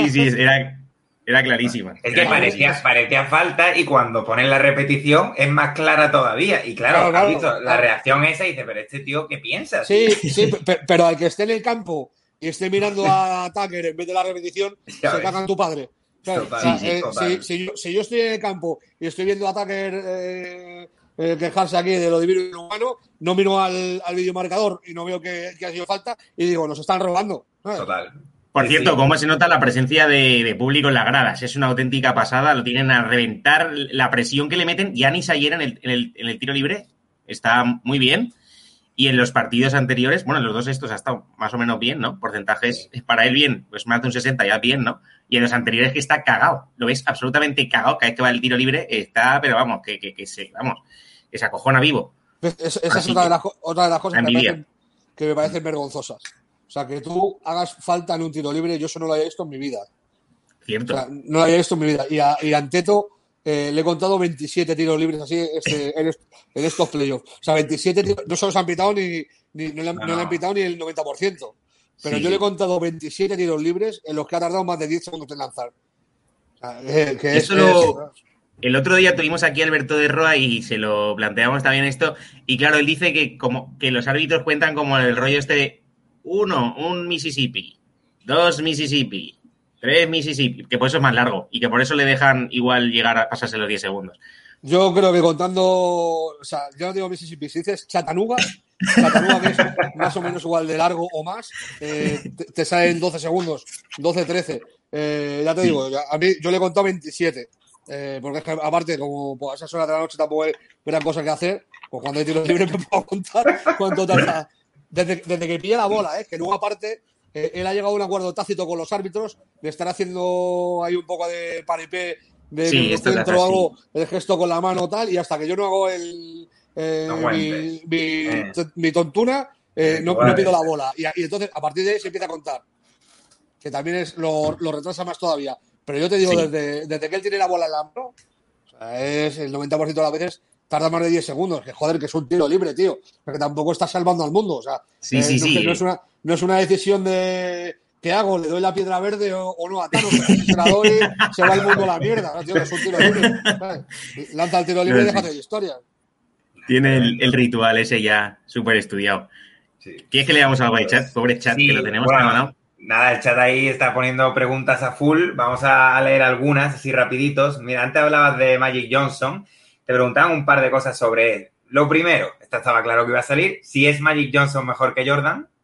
Era clarísima. Es que parecía falta y cuando ponen la repetición es más clara todavía. Y claro. ¿Has visto la reacción esa y dice, pero este tío, ¿qué piensa? Sí, pero al que esté en el campo y esté mirando a Tucker en vez de la repetición, se caga en tu padre. Total. Si yo estoy en el campo y estoy viendo a Tucker quejarse aquí de lo divino y lo humano, no miro al videomarcador y no veo que ha sido falta y digo, nos están robando. ¿Sabes? Total. Por cierto, cómo se nota la presencia de público en las gradas. Es una auténtica pasada. Lo tienen a reventar. La presión que le meten. Giannis ayer en el tiro libre está muy bien. Y en los partidos anteriores, bueno, en los dos estos ha estado más o menos bien, ¿no? Porcentajes para él bien, pues más de un 60 ya bien, ¿no? Y en los anteriores que está cagado. Lo ves absolutamente cagado. Cada vez que va el tiro libre está, pero vamos, que se acojona vivo. Esa es otra de las cosas que me parecen vergonzosas. O sea, que tú hagas falta en un tiro libre, yo eso no lo había visto en mi vida. Cierto. O sea, no lo había visto en mi vida. Y a Anteto le he contado 27 tiros libres así en estos playoffs. O sea, 27 tiros, no se los han pitado no le han pitado ni el 90%. Pero yo le he contado 27 tiros libres en los que ha tardado más de 10 segundos en lanzar. O sea, el otro día tuvimos aquí a Alberto de Roa y se lo planteamos también esto. Y claro, él dice que los árbitros cuentan como el rollo este de 1, un Mississippi, 2 Mississippi, 3 Mississippi, que por eso es más largo y que por eso le dejan igual llegar a pasarse los 10 segundos. Yo creo que contando, o sea, yo no digo Mississippi, si dices Chattanooga que es más o menos igual de largo o más, te salen 12 segundos, 12, 13. Ya te digo, a mí yo le he contado 27. Porque es que aparte, como a esas horas de la noche tampoco hay gran cosa que hacer, pues cuando hay tiros libres me puedo contar cuánto tarda. Desde que pilla la bola, que luego aparte él ha llegado a un acuerdo tácito con los árbitros de estar haciendo ahí un poco de paripé de centro, hago el gesto con la mano tal, y hasta que yo no hago mi tontuna, no pido la bola. Y entonces, a partir de ahí se empieza a contar. Que también lo retrasa más todavía. Pero yo te digo, desde que él tiene la bola en la mano, o sea, es el 90% de las veces tarda más de 10 segundos. Que joder, que es un tiro libre, tío. Porque tampoco estás salvando al mundo. O sea, no es una decisión de ¿qué hago? ¿Le doy la piedra verde o no a Thanos? Si se la doy, se va el mundo a la mierda. ¿No, tío? Es un tiro libre. ¿Sabes? Lanza el tiro libre y déjate de historia. Tiene el ritual ese ya súper estudiado. Sí. ¿Quieres que leamos algo de chat? Pobre chat, que lo tenemos ganado. Nada, el chat ahí está poniendo preguntas a full. Vamos a leer algunas así rapiditos. Mira, antes hablabas de Magic Johnson. Te preguntaban un par de cosas sobre él. Lo primero, esta estaba claro que iba a salir. Si es Magic Johnson mejor que Jordan.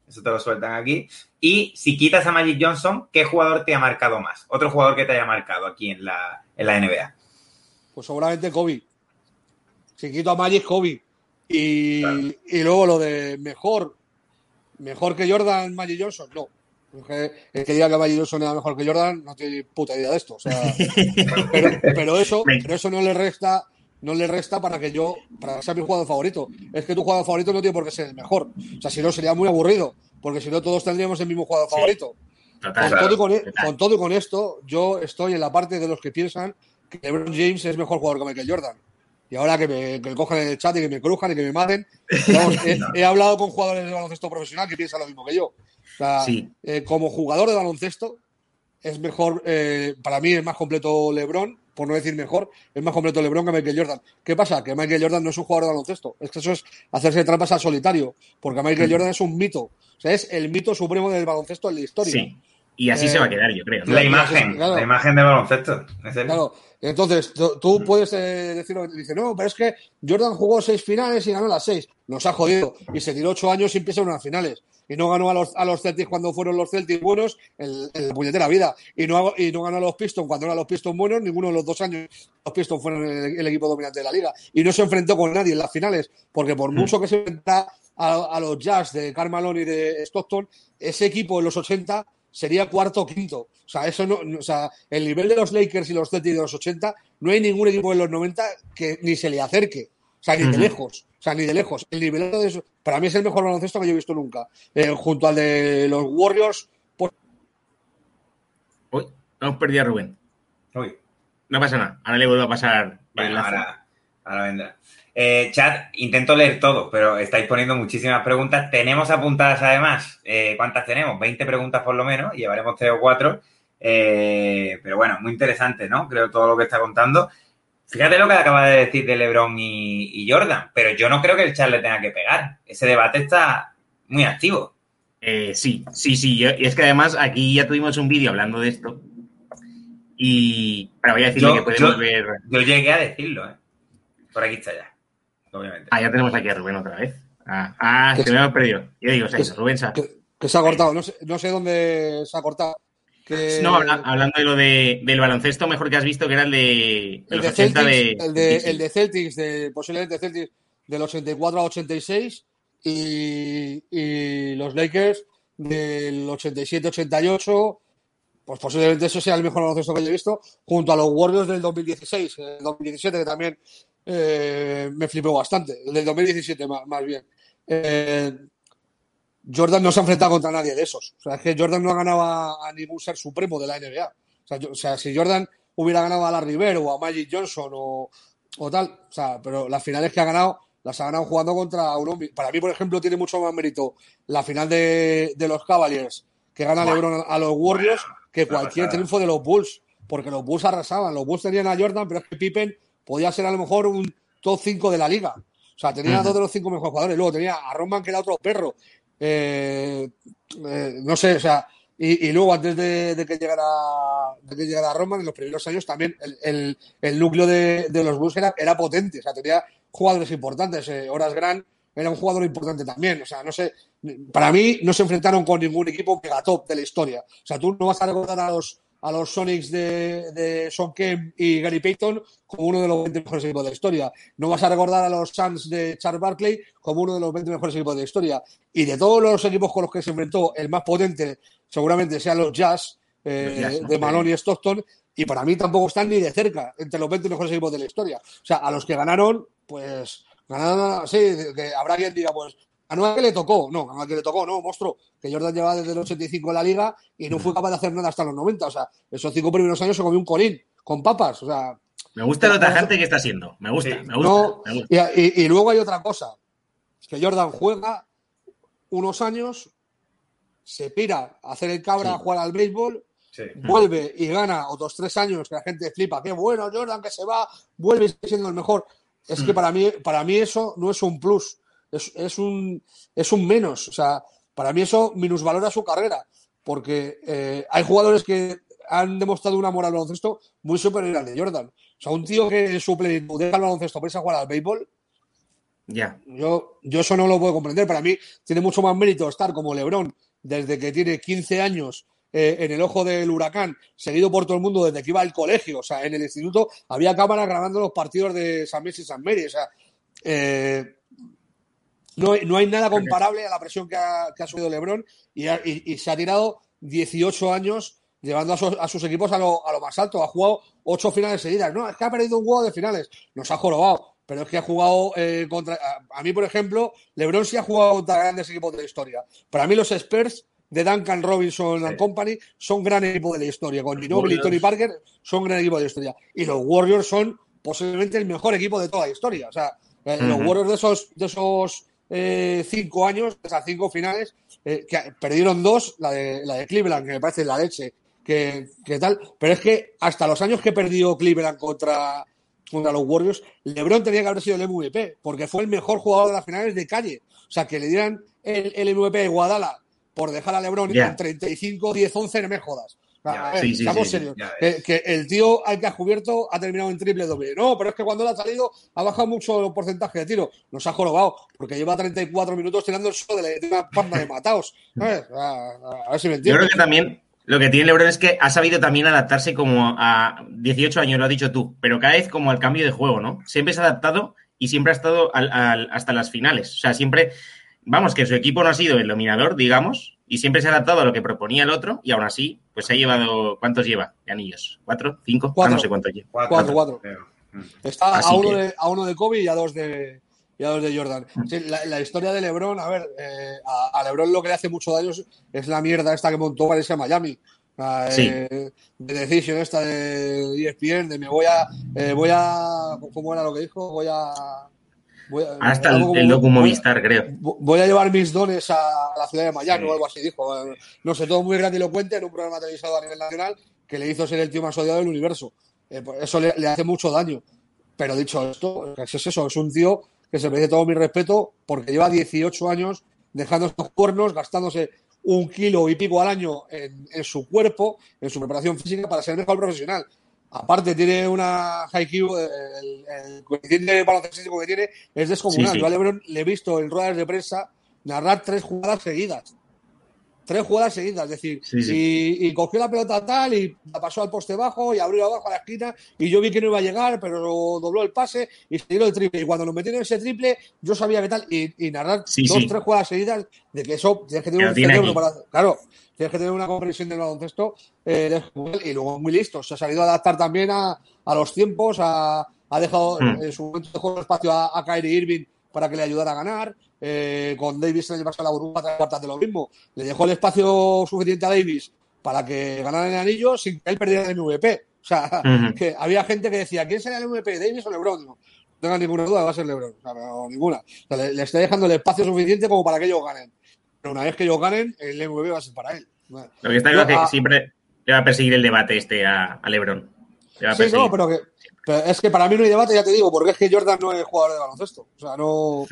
Eso te lo sueltan aquí. Y si quitas a Magic Johnson, ¿qué jugador te ha marcado más? Otro jugador que te haya marcado aquí en la NBA. Pues seguramente Kobe. Si quito a Magic, Kobe. Claro. Y luego lo de mejor que Jordan, Magic Johnson, no. El que diga que Magic Johnson era mejor que Jordan no tiene puta idea de esto. O sea, pero eso no le resta para que sea mi jugador favorito. Es que tu jugador favorito no tiene por qué ser el mejor. O sea, si no sería muy aburrido, porque si no todos tendríamos el mismo jugador favorito. Total, Con todo y con esto, yo estoy en la parte de los que piensan que LeBron James es mejor jugador que Michael Jordan. Y ahora que me cojan en el chat y que me crujan y que me maten, vamos, he hablado con jugadores de baloncesto profesional que piensan lo mismo que yo. O sea, sí. Como jugador de baloncesto, es mejor, para mí es más completo LeBron, por no decir mejor, es más completo LeBron que Michael Jordan. ¿Qué pasa? Que Michael Jordan no es un jugador de baloncesto. Es que eso es hacerse trampas al solitario, porque Michael Jordan es un mito. O sea, es el mito supremo del baloncesto en la historia. Sí. Y así se va a quedar, yo creo, ¿no? La imagen del baloncesto. Claro, entonces tú puedes decir lo que te dice, no, pero es que Jordan jugó 6 finales y ganó las 6. Nos ha jodido. Y se tiró 8 años sin pisar unas finales. Y no ganó a los Celtics cuando fueron los Celtics buenos en la puñetera vida. Y no ganó a los Pistons cuando eran los Pistons buenos. Ninguno de los 2 años los Pistons fueron el equipo dominante de la liga. Y no se enfrentó con nadie en las finales. Porque por mucho que se enfrenta a los Jazz de Karl Malone y de Stockton, ese equipo en los 80 sería cuarto o quinto. O sea, eso no, o sea, el nivel de los Lakers y los Celtics de los 80, no hay ningún equipo de los 90 que ni se le acerque. O sea, ni de lejos. O sea, ni de lejos. El nivel de eso, para mí es el mejor baloncesto que yo he visto nunca. Junto al de los Warriors. Uy, hemos perdido a Rubén. Uy. No pasa nada. Ahora le vuelvo a pasar. Bueno, ahora vendrá. Chat, intento leer todo, pero estáis poniendo muchísimas preguntas. Tenemos apuntadas además, ¿cuántas tenemos? 20 preguntas por lo menos, y llevaremos 3 o 4. Pero bueno, muy interesante, ¿no? Creo todo lo que está contando. Fíjate lo que acaba de decir de LeBron y Jordan, pero yo no creo que el chat le tenga que pegar. Ese debate está muy activo. Sí. Y es que además aquí ya tuvimos un vídeo hablando de esto. Pero voy a decirle que podemos ver. Yo llegué a decirlo, ¿eh? Por aquí está ya. Obviamente. Ya tenemos aquí a Rubén otra vez. Que me hemos perdido. Yo digo, Rubén Sá. Que se ha cortado, no sé dónde se ha cortado. No, hablando de lo del baloncesto, mejor que has visto, que era el de los 80 Celtics, el de Celtics, posiblemente Celtics del 84 a 86 y los Lakers del 87-88, pues posiblemente eso sea el mejor baloncesto que yo he visto, junto a los Warriors del 2016, el 2017, que también me flipó bastante, el del 2017 más bien. Jordan no se ha enfrentado contra nadie de esos. O sea, es que Jordan no ha ganado a ningún ser supremo de la NBA. O sea, si Jordan hubiera ganado a Larry Bird o a Magic Johnson o tal, o sea, pero las finales que ha ganado las ha ganado jugando contra uno. Para mí, por ejemplo, tiene mucho más mérito la final de los Cavaliers que gana LeBron a los Warriors que cualquier triunfo de los Bulls, porque los Bulls arrasaban. Los Bulls tenían a Jordan, pero es que Pippen podía ser a lo mejor un top 5 de la liga. O sea, tenía a 2 de los 5 mejores jugadores. Luego tenía a Rodman, que era otro perro. No sé, o sea, y luego antes de que llegara Rodman, en los primeros años también el núcleo de los Bulls era potente, o sea, tenía jugadores importantes. Horace Grant era un jugador importante también, o sea, no sé, para mí no se enfrentaron con ningún equipo megatop de la historia. O sea, tú no vas a recordar a los Sonics de Son Kemp y Gary Payton como uno de los 20 mejores equipos de la historia. No vas a recordar a los Suns de Charles Barkley como uno de los 20 mejores equipos de la historia. Y de todos los equipos con los que se enfrentó, el más potente seguramente sean los Jazz, de Malone y Stockton, y para mí tampoco están ni de cerca entre los 20 mejores equipos de la historia. O sea, a los que ganaron, pues ganaron, sí, que habrá quien diga, pues a no que le tocó, no, monstruo, que Jordan llevaba desde el 85 en la liga y no fue capaz de hacer nada hasta los 90, o sea, esos 5 primeros años se comió un colín con papas, o sea... Me gusta lo tajante que está siendo, me gusta. Y luego hay otra cosa, es que Jordan juega unos años, se pira a hacer el cabra, a jugar al béisbol, vuelve y gana otros 3 años, que la gente flipa, qué bueno Jordan, que se va, vuelve siendo el mejor. Es que para mí eso no es un plus. Es un menos, o sea, para mí eso minusvalora su carrera, porque hay jugadores que han demostrado un amor al baloncesto muy superior al de Jordan. O sea, un tío que en su plenitud deja el baloncesto para irse a jugar al béisbol, Ya. Yo eso no lo puedo comprender. Para mí tiene mucho más mérito estar como LeBron desde que tiene 15 años en el ojo del huracán, seguido por todo el mundo desde que iba al colegio. O sea, en el instituto había cámaras grabando los partidos de San Messi y San Mary. O sea, no hay nada comparable a la presión que ha subido LeBron y se ha tirado 18 años llevando a sus equipos a lo más alto. Ha jugado 8 finales seguidas. No, es que ha perdido un juego de finales. Nos ha jorobado. Pero es que ha jugado contra... A mí, por ejemplo, LeBron sí ha jugado contra grandes equipos de la historia. Para mí los Spurs de Duncan Robinson and Company son gran equipo de la historia. Con Ginobili y Tony Parker son gran equipo de la historia. Y los Warriors son posiblemente el mejor equipo de toda la historia. O sea, los Warriors de esos 5 años, de esas 5 finales, que perdieron 2, la de Cleveland, que me parece la leche, que tal. Pero es que hasta los años que perdió Cleveland contra los Warriors, LeBron tenía que haber sido el MVP, porque fue el mejor jugador de las finales de calle. O sea, que le dieran el MVP de Guadalajara por dejar a LeBron en 35, 10, 11, no me jodas. Estamos serios. Que el tío al que ha cubierto ha terminado en triple doble. No, pero es que cuando él ha salido ha bajado mucho el porcentaje de tiro. Nos ha jorobado, porque lleva 34 minutos tirando el suelo de una panda de mataos. A ver si me entiendes. Yo creo que también lo que tiene LeBron es que ha sabido también adaptarse como a 18 años, lo has dicho tú, pero cada vez como al cambio de juego, ¿no? Siempre se ha adaptado y siempre ha estado hasta las finales. O sea, siempre, vamos, que su equipo no ha sido el dominador, digamos, y siempre se ha adaptado a lo que proponía el otro y aún así, pues se ha llevado, ¿cuántos lleva de anillos? ¿4? ¿5? 4. No sé cuántos lleva. 4. Está a uno de Kobe y a 2 de Jordan. Sí, la historia de LeBron, a ver, a LeBron lo que le hace mucho daño es la mierda esta que montó para irse a Miami. De Decision esta de ESPN, de me voy a ¿cómo era lo que dijo? Hasta el docu Movistar, creo. Voy a llevar mis dones a la ciudad de Miami o algo así, dijo. No sé, todo muy grandilocuente en un programa televisado a nivel nacional que le hizo ser el tío más odiado del universo. Eso le hace mucho daño. Pero dicho esto, ¿qué es eso? Es un tío que se merece todo mi respeto porque lleva 18 años dejando estos cuernos, gastándose 1 kilo y pico al año en su cuerpo, en su preparación física para ser mejor profesional. Aparte, tiene una high-Q, el coeficiente baloncestístico que tiene es descomunal. Yo a LeBron le he visto en ruedas de prensa narrar 3 jugadas seguidas. 3 jugadas seguidas, es decir, y cogió la pelota tal y la pasó al poste bajo y abrió abajo a la esquina y yo vi que no iba a llegar, pero dobló el pase y se tiró el triple. Y cuando lo metieron en ese triple, yo sabía que tal, y narrar 2-3 jugadas seguidas, de que eso tienes que tener un cerebro para... Claro, tienes que tener una comprensión del baloncesto y luego muy listo. Se ha salido a adaptar también a los tiempos, ha dejado en su momento dejó espacio a Kyrie Irving para que le ayudara a ganar. Con Davis en el pasado la burbuja 3 cuartas de lo mismo. Le dejó el espacio suficiente a Davis para que ganara el anillo sin que él perdiera el MVP. O sea, que había gente que decía, ¿quién será el MVP, Davis o LeBron? No tenga ninguna duda, va a ser LeBron. O sea, no, ninguna. O sea, le está dejando el espacio suficiente como para que ellos ganen. Pero una vez que ellos ganen, el MVP va a ser para él. Lo que está claro es que siempre le va a perseguir el debate a LeBron. Sí, no, pero es que para mí no hay debate, ya te digo, porque es que Jordan no es jugador de baloncesto. O sea, no.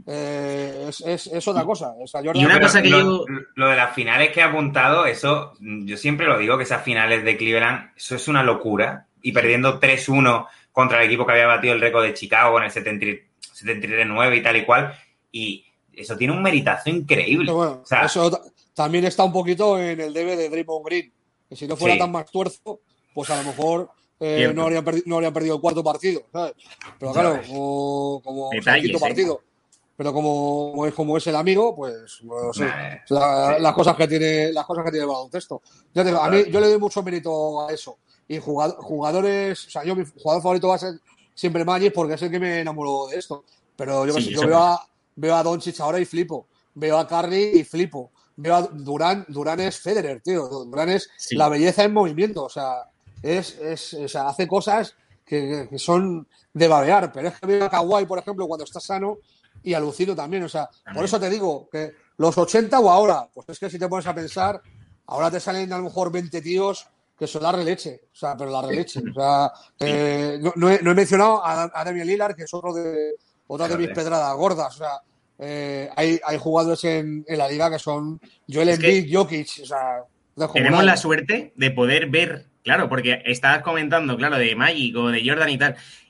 Es otra cosa. O sea, Jordan, y una cosa que lo de las finales que ha apuntado, eso, yo siempre lo digo, que esas finales de Cleveland, eso es una locura. Y perdiendo 3-1 contra el equipo que había batido el récord de Chicago en el 73-9 y tal y cual. Y eso tiene un meritazo increíble. Bueno, o sea, eso también está un poquito en el debe de Draymond Green. Que si no fuera tan más tuerzo, pues a lo mejor. No habrían perdido el 4º partido, ¿sabes? Pero claro, como el 5º partido. Pero como es el amigo, pues no sé. Las cosas que tiene el baloncesto. Ya te digo, a mí yo le doy mucho mérito a eso. Y jugadores, o sea, mi jugador favorito va a ser siempre Magic porque es el que me enamoró de esto. Pero yo veo a Doncic ahora y flipo. Veo a Curry y flipo. Veo a Durant es Federer, tío. Durant es la belleza en movimiento, o sea, o sea, hace cosas que son de babear, pero es que veo a Kawhi, por ejemplo, cuando está sano y alucino también, o sea, por eso te digo que los 80 o ahora, pues es que si te pones a pensar, ahora te salen a lo mejor 20 tíos que son la releche, o sea, pero la releche, o sea, no he mencionado a Damian Lillard, que es otra de mis pedradas gordas, o sea, hay jugadores en la liga que son Joel Embiid, Jokic, o sea, tenemos la suerte de poder ver. Claro, porque estabas comentando, claro, de Magic o de Jordan y tal.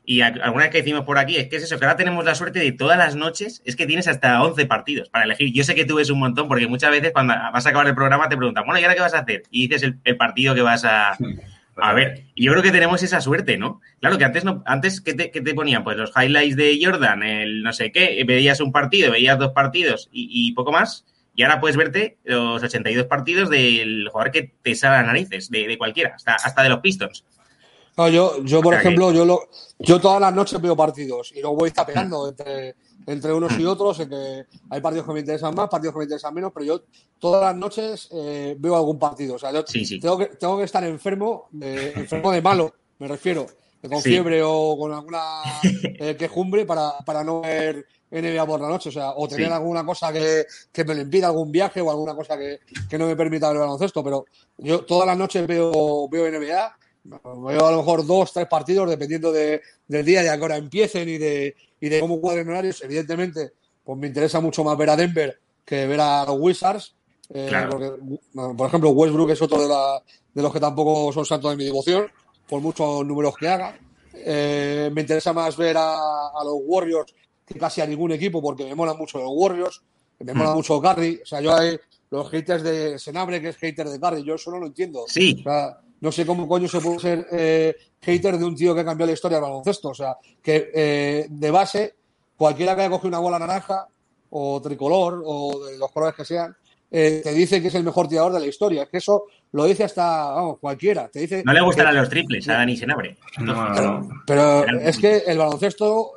Y alguna vez que decimos por aquí, es que es eso, que ahora tenemos la suerte de todas las noches, es que tienes hasta 11 partidos para elegir. Yo sé que tú ves un montón, porque muchas veces cuando vas a acabar el programa te preguntan, bueno, ¿y ahora qué vas a hacer? Y dices el partido que vas a ver. Y yo creo que tenemos esa suerte, ¿no? Claro que antes ¿qué te ponían? Pues los highlights de Jordan, el no sé qué, veías un partido, veías 2 partidos y poco más. Y ahora puedes verte los 82 partidos del jugador que te sale a las narices, de cualquiera, hasta de los Pistons. No, yo por ejemplo, yo todas las noches veo partidos y luego voy tapeando entre unos y otros, en que hay partidos que me interesan más, partidos que me interesan menos, pero yo todas las noches veo algún partido. O sea, yo Sí. tengo que estar enfermo de malo, me refiero, con fiebre o con alguna quejumbre para no ver NBA por la noche, o sea, o tener alguna cosa que me lo impida, algún viaje o alguna cosa que no me permita ver baloncesto, pero yo todas las noches veo NBA. Veo a lo mejor 2, 3 partidos dependiendo del día, de a qué hora empiecen y de cómo cuadren horarios. Evidentemente, pues me interesa mucho más ver a Denver que ver a los Wizards. Claro. Porque, por ejemplo, Westbrook es otro de los que tampoco son santos de mi devoción, por muchos números que haga. Me interesa más ver a los Warriors que casi a ningún equipo, porque me mola mucho los Warriors, me mola mucho Curry. O sea, yo hay los haters de Senabre, que es hater de Curry, yo eso no lo entiendo. Sí. O sea, no sé cómo coño se puede ser hater de un tío que cambió la historia del baloncesto. O sea, que de base, cualquiera que haya cogido una bola naranja o tricolor o de los colores que sean, te dice que es el mejor tirador de la historia. Es que eso lo dice hasta, vamos, cualquiera. Te dice no le gustarán los triples a Dani Senabre. Pero es que el baloncesto,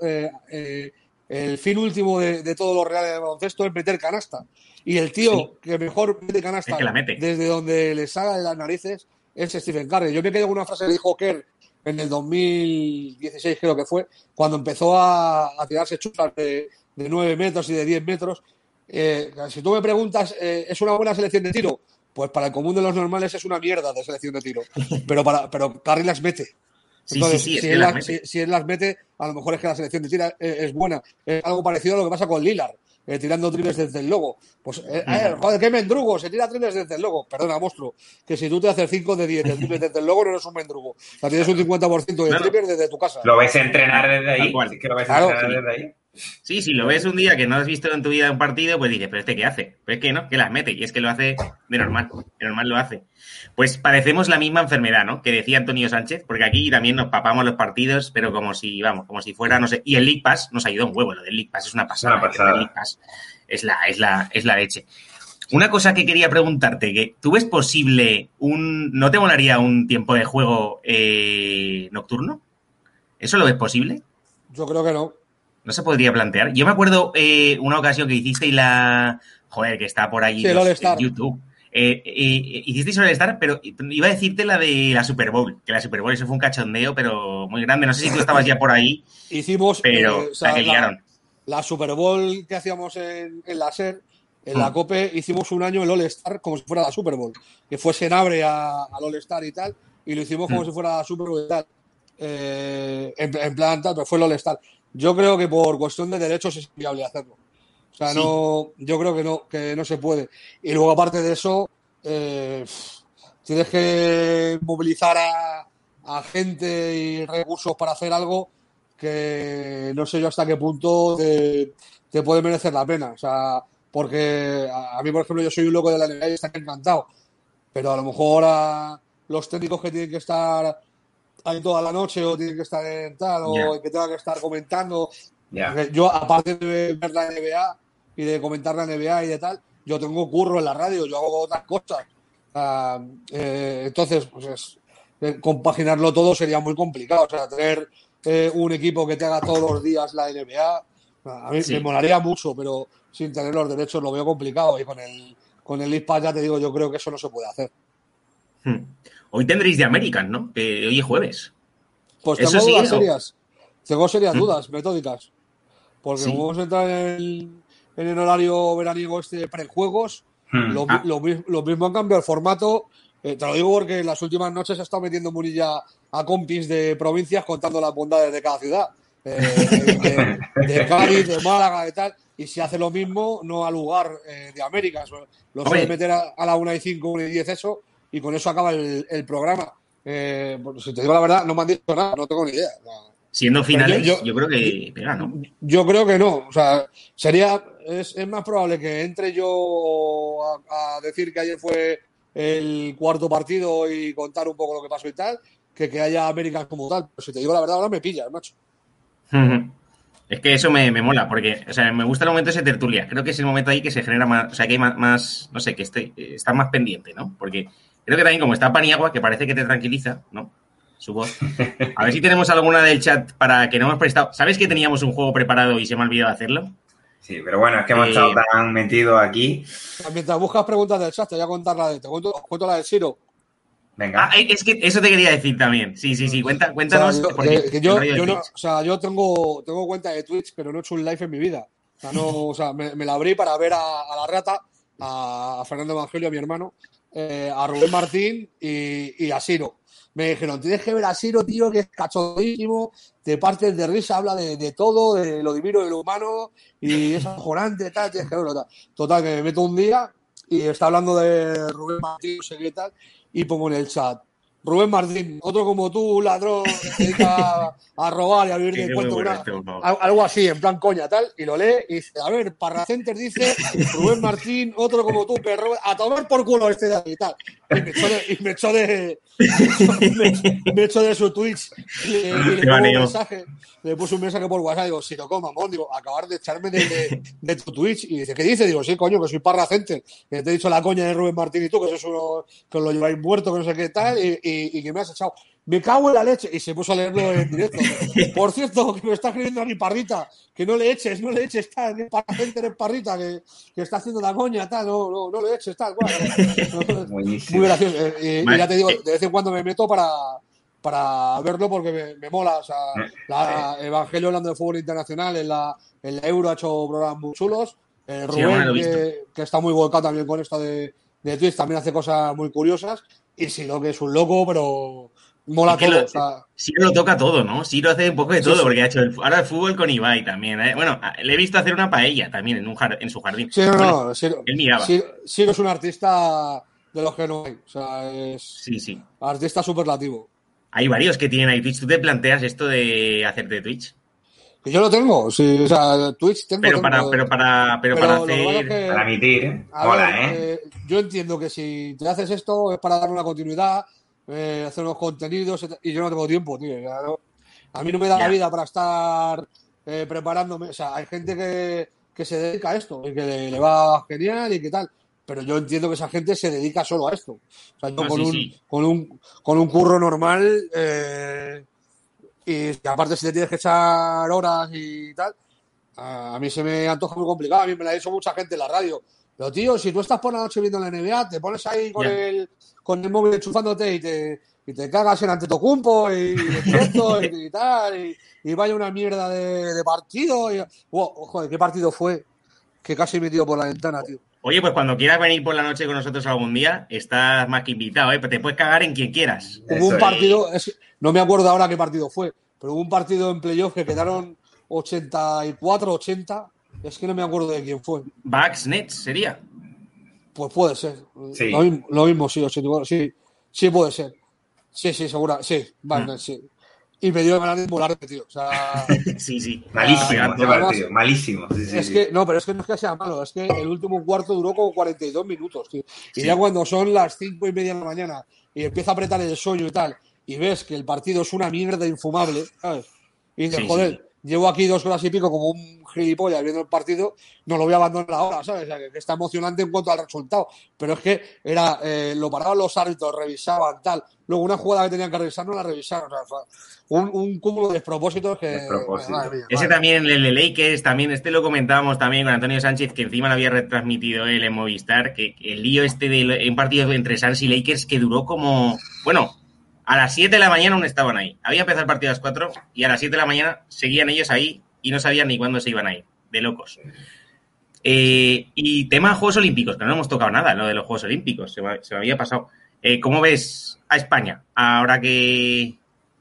el fin último de todos los reales del baloncesto es meter canasta. Y el tío que mejor mete canasta es que la mete. desde donde le salga de las narices es Stephen Curry. Yo me quedé con una frase que dijo Kerr en el 2016, creo que fue, cuando empezó a tirarse chutas de 9 metros y de 10 metros. Si tú me preguntas, ¿es una buena selección de tiro? Pues para el común de los normales es una mierda de selección de tiro. Pero Curry las mete. Entonces, si él las mete, a lo mejor es que la selección de tiro es buena. Es algo parecido a lo que pasa con Lillard. Tirando triples desde el logo. Pues, joder, qué mendrugo, se tira triples desde el logo. Perdona, monstruo, que si tú te haces 5 de 10 de triples desde el logo, no eres un mendrugo. O sea, tienes un 50% de triples desde tu casa. Lo ves entrenar desde ahí. Sí, que lo ves entrenar desde ahí. Sí, si lo ves un día que no has visto en tu vida un partido, pues dices, ¿pero este qué hace? Pero es que no, que las mete, y es que lo hace de normal lo hace. Pues parecemos la misma enfermedad, ¿no? Que decía Antonio Sánchez, porque aquí también nos papamos los partidos, pero como si fuera, no sé, y el League Pass nos ayuda un huevo, lo del League Pass es una pasada. El League Pass es la leche. Una cosa que quería preguntarte, que ¿tú ves posible ¿no te molaría un tiempo de juego nocturno? ¿Eso lo ves posible? Yo creo que no. ¿No se podría plantear? Yo me acuerdo una ocasión que hicisteis Joder, que está por ahí en YouTube. Hicisteis el All-Star, pero iba a decirte la de la Super Bowl. Que la Super Bowl, eso fue un cachondeo, pero muy grande. No sé si tú estabas ya por ahí. Hicimos... Pero la que liaron. La Super Bowl que hacíamos en la SER, en la COPE, hicimos un año el All-Star como si fuera la Super Bowl. Que fue Senabre al All-Star y tal, y lo hicimos como si fuera la Super Bowl y tal. En plan tal, pero fue el All-Star. Yo creo que por cuestión de derechos es viable hacerlo. O sea, no, yo creo que no se puede. Y luego, aparte de eso, tienes que movilizar a gente y recursos para hacer algo que no sé yo hasta qué punto te puede merecer la pena. O sea, porque a mí, por ejemplo, yo soy un loco de la NBA y están encantado. Pero a lo mejor a los técnicos que tienen que estar ahí toda la noche o tienen que estar en tal o que tengan que estar comentando. Yo, aparte de ver la NBA y de comentar la NBA y de tal, yo tengo curro en la radio, yo hago otras cosas. Entonces, pues compaginarlo todo sería muy complicado. O sea, tener un equipo que te haga todos los días la NBA, a mí me molaría mucho, pero sin tener los derechos lo veo complicado. Y con el League Pass, ya te digo, yo creo que eso no se puede hacer. Hoy tendréis de American, ¿no? Que hoy es jueves. Pues tengo dudas serias. Tengo serias dudas metódicas. Porque como vamos a entrar en el horario veraniego de prejuegos, lo mismo han cambiado el formato. Te lo digo porque en las últimas noches he estado metiendo Munilla a compis de provincias contando las bondades de cada ciudad. De Cádiz, de Málaga y tal. Y si hace lo mismo, no al lugar de América. Lo suele meter a la 1:05, 1:10 eso. Y con eso acaba el programa. Si te digo la verdad, no me han dicho nada, no tengo ni idea. Siendo finales, yo- yo creo que pega, ¿no? Yo creo que no. O sea, es más probable que entre yo a decir que ayer fue el cuarto partido y contar un poco lo que pasó y tal, que haya América como tal. Pero si te digo la verdad, ahora me pillas, macho. Es que eso me mola, porque, o sea, me gusta el momento ese tertulia. Creo que es el momento ahí que se genera más, o sea, que hay más no sé, que está más pendiente, ¿no? Porque creo que también como está Paniagua, que parece que te tranquiliza, ¿no? Su voz. A ver si tenemos alguna del chat para que no hemos prestado. ¿Sabes que teníamos un juego preparado y se me ha olvidado hacerlo? Sí, pero bueno, es que hemos estado tan metidos aquí. Mientras buscas preguntas del chat, te voy a contar os cuento la de Siro. Venga. Es que eso te quería decir también. Sí. Cuéntanos. O sea, Porque yo no, o sea, yo tengo cuenta de Twitch, pero no he hecho un live en mi vida. O sea, no, o sea, me la abrí para ver a la rata, a Fernando Evangelio, a mi hermano, a Rubén Martín y a Siro. Me dijeron, tienes que ver a Siro, tío, que es cachondísimo, te partes de risa, habla de todo, de lo divino y de lo humano, y es acojonante, tal, tienes que verlo, tal. Total, que me meto un día y está hablando de Rubén Martín, no sé qué tal, y pongo en el chat, Rubén Martín, otro como tú, ladrón, que se dedica a robar y a vivir de cuento, algo así, en plan coña, tal, y lo lee y dice, a ver, Parracenter dice, Rubén Martín, otro como tú, perro, a tomar por culo este de aquí, tal. Y me echó de su Twitch y le pongo un mensaje, le puse un mensaje por WhatsApp, digo, si tocó, mamón, digo, acabar de echarme de tu Twitch. Y dice, ¿qué dice? Digo, sí, coño, que soy Parracenter, que te he dicho la coña de Rubén Martín y tú, que sois uno, que os lo lleváis muerto, que no sé qué tal, y que me has echado. Me cago en la leche. Y se puso a leerlo en directo. Por cierto, que me está escribiendo a mi parrita, que no le eches, tal, que Parracenter es parrita, que está haciendo la coña, tal, no le eches, tal, cual. Muy gracioso. Y ya te digo, de vez en cuando me meto para verlo porque me mola. O sea, Evangelio hablando de fútbol internacional en la Euro ha hecho programas muy chulos. Rubén, que está muy volcado también con esto de Twitch, también hace cosas muy curiosas. Y Siro, que es un loco, pero mola todo. Siro lo toca todo, ¿no? Siro hace un poco de todo, porque ha hecho ahora el fútbol con Ibai también. Bueno, le he visto hacer una paella también en su jardín. Sí, no, Siro, él miraba. Siro es un artista de los que no hay. O sea, es artista superlativo. Hay varios que tienen ahí Twitch. ¿Tú te planteas esto de hacerte Twitch? Que yo lo tengo, sí, o sea, Twitch tengo. Pero para hacer... Para emitir, mola, yo entiendo que si te haces esto es para dar una continuidad, hacer unos contenidos, y yo no tengo tiempo, tío. A mí no me da la vida para estar preparándome. O sea, hay gente que se dedica a esto y que le va genial y que tal. Pero yo entiendo que esa gente se dedica solo a esto. O sea, yo con un curro normal, y aparte si te tienes que echar horas y tal, a mí se me antoja muy complicado. A mí me lo ha dicho mucha gente en la radio. Pero tío, si tú estás por la noche viendo la NBA, te pones ahí con el móvil enchufándote y te cagas en Antetokounmpo y directo y tal, y vaya una mierda de partido. Joder, ¿qué partido fue? Que casi me tiro por la ventana, tío. Oye, pues cuando quieras venir por la noche con nosotros algún día, estás más que invitado, ¿eh? Te puedes cagar en quien quieras. Hubo un partido, no me acuerdo ahora qué partido fue, pero hubo un partido en playoff que quedaron 84-80. Es que no me acuerdo de quién fue. ¿Bucks Nets sería? Pues puede ser. Sí. Lo mismo, sí, 84, sí puede ser. Sí, segura, sí, vale, sí. Y me dio ganas de volarte, tío. O sea, sí. Malísimo ese partido, malísimo. No, pero es que no es que sea malo, es que el último cuarto duró como 42 minutos, tío. Y ya cuando son las 5:30 de la mañana y empieza a apretar el sueño y tal, y ves que el partido es una mierda infumable, ¿sabes? Y dices, joder, llevo aquí 2 horas y pico como un gilipollas viendo el partido, no lo voy a abandonar ahora, ¿sabes? O sea, que está emocionante en cuanto al resultado. Pero es que lo paraban los árbitros, revisaban, tal. Luego una jugada que tenían que revisar no la revisaron. O sea, un cúmulo de despropósitos que... Ese también, el de Lakers, también, lo comentábamos también con Antonio Sánchez, que encima lo había retransmitido él en Movistar, que el lío de un partido entre Suns y Lakers que duró como... Bueno, a las 7 de la mañana aún estaban ahí. Había empezado el partido a las 4 y a las 7 de la mañana seguían ellos ahí y no sabían ni cuándo se iban a ir. De locos. Y tema Juegos Olímpicos, que no hemos tocado nada, lo de los Juegos Olímpicos, se me había pasado. ¿Cómo ves a España ahora que...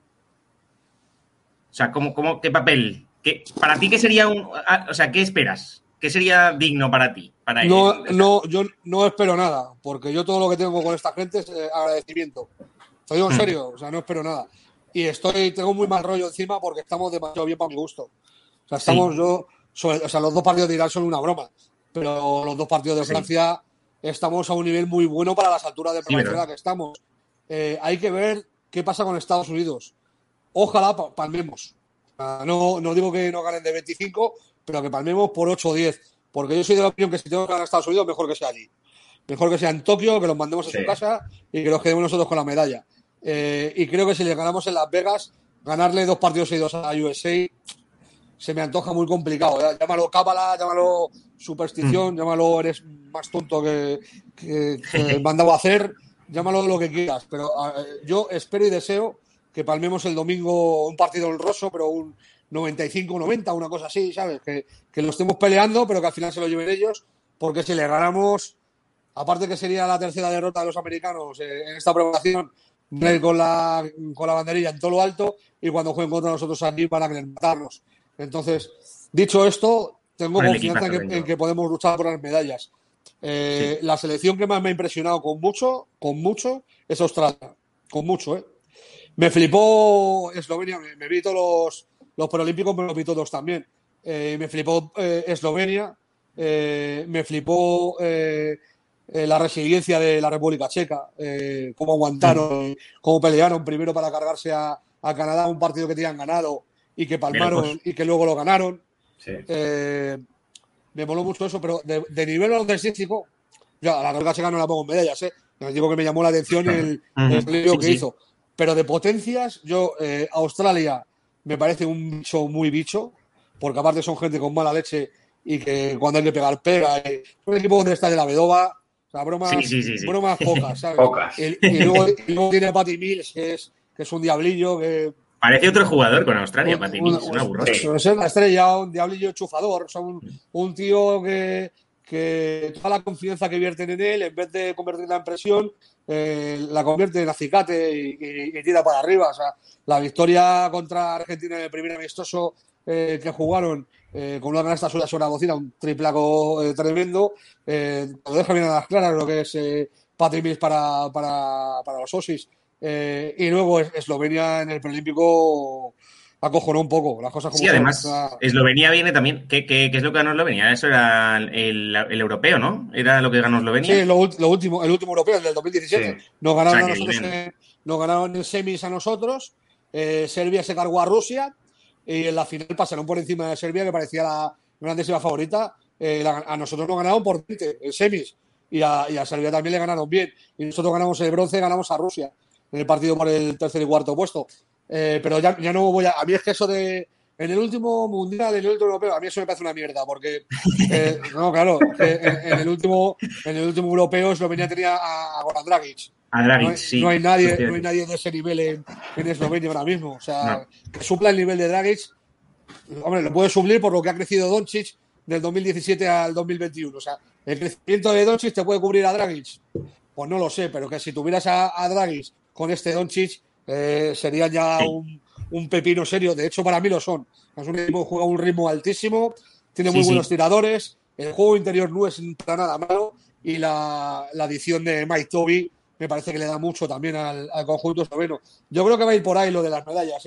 O sea, ¿qué papel? ¿Para ti qué sería o sea, qué esperas? ¿Qué sería digno para ti? Yo no espero nada, porque yo todo lo que tengo con esta gente es agradecimiento. Te digo en serio, o sea, no espero nada. y tengo muy mal rollo encima porque estamos demasiado bien para mi gusto. O sea, los 2 partidos de Irán son una broma, pero los 2 partidos de Francia estamos a un nivel muy bueno para las alturas de preparación a la que estamos. Hay que ver qué pasa con Estados Unidos. Ojalá palmemos. No digo que no ganen de 25, pero que palmemos por 8 o 10. Porque yo soy de la opinión que si tengo que ganar a Estados Unidos, mejor que sea allí. Mejor que sea en Tokio, que los mandemos a su casa y que los quedemos nosotros con la medalla. Y creo que si le ganamos en Las Vegas, ganarle 2 partidos seguidos a USA se me antoja muy complicado. Llámalo cábala, llámalo superstición, llámalo eres más tonto que mandado a hacer, llámalo lo que quieras. Pero yo espero y deseo que palmemos el domingo un partido honroso, pero un 95-90, una cosa así, ¿sabes? Que lo estemos peleando, pero que al final se lo lleven ellos, porque si le ganamos, aparte que sería la tercera derrota de los americanos en esta preparación, con la banderilla en todo lo alto, y cuando jueguen contra nosotros aquí van a querer matarnos. Entonces, dicho esto, tengo confianza en que podemos luchar por las medallas. La selección que más me ha impresionado con mucho, es Australia. Con mucho, ¿eh? Me flipó Eslovenia, me vi todos los preolímpicos, me los vi todos también. Me flipó Eslovenia, me flipó la resiliencia de la República Checa, cómo aguantaron, cómo pelearon primero para cargarse a Canadá, un partido que tenían ganado y que palmaron y que luego lo ganaron. Sí. Me moló mucho eso, pero de nivel baloncestístico, ya a la República Checa no la pongo en medallas, les digo que me llamó la atención el lío que hizo. Pero de potencias, Australia me parece un bicho muy bicho, porque aparte son gente con mala leche y que cuando hay que pegar, pega. Un equipo donde está de la Vedova, o sea, bromas pocas, ¿sabes? Pocas. Y luego tiene Patty Mills, que es un diablillo que... Parece otro jugador con Australia, Patty Mills, una burrada. Es la estrella, un diablillo enchufador, un tío que toda la confianza que vierten en él, en vez de convertirla en presión, la convierte en acicate y tira para arriba. O sea, la victoria contra Argentina en el primer amistoso que jugaron con una canasta suya sobre la bocina, un triplaco tremendo, lo deja bien a las claras lo que es Patty Mills para los Aussies. Y luego Eslovenia en el preolímpico acojonó un poco las cosas como sí, además, Eslovenia viene también. ¿Qué es lo que ganó Eslovenia? Eso era el europeo, ¿no? ¿Era lo que ganó Eslovenia? Sí, el último europeo, el del 2017. Sí. Nos ganaron a nosotros, nos ganaron en semis a nosotros. Serbia se cargó a Rusia y en la final pasaron por encima de Serbia, que parecía la grandísima favorita. A nosotros nos ganaron por 20 en semis y a Serbia también le ganaron bien. Y nosotros ganamos el bronce, ganamos a Rusia en el partido por el tercer y cuarto puesto. Pero ya no voy a mí es que eso de en el último mundial, en el último europeo, a mí eso me parece una mierda porque no, claro, en el último europeo Eslovenia tenía a Goran Dragic. A Dragic, sí. No hay nadie de ese nivel en Eslovenia ahora mismo. O sea, que supla el nivel de Dragic. Hombre, lo puede suplir por lo que ha crecido Doncic del 2017 al 2021. O sea, el crecimiento de Doncic te puede cubrir a Dragic. Pues no lo sé, pero que si tuvieras a Dragic con este Doncic sería ya un pepino serio. De hecho, para mí lo son. Es un equipo que juega a un ritmo altísimo, tiene muy buenos tiradores, el juego interior no es para nada malo y la adición de Mike Toby me parece que le da mucho también al conjunto esloveno. Yo creo que va a ir por ahí lo de las medallas.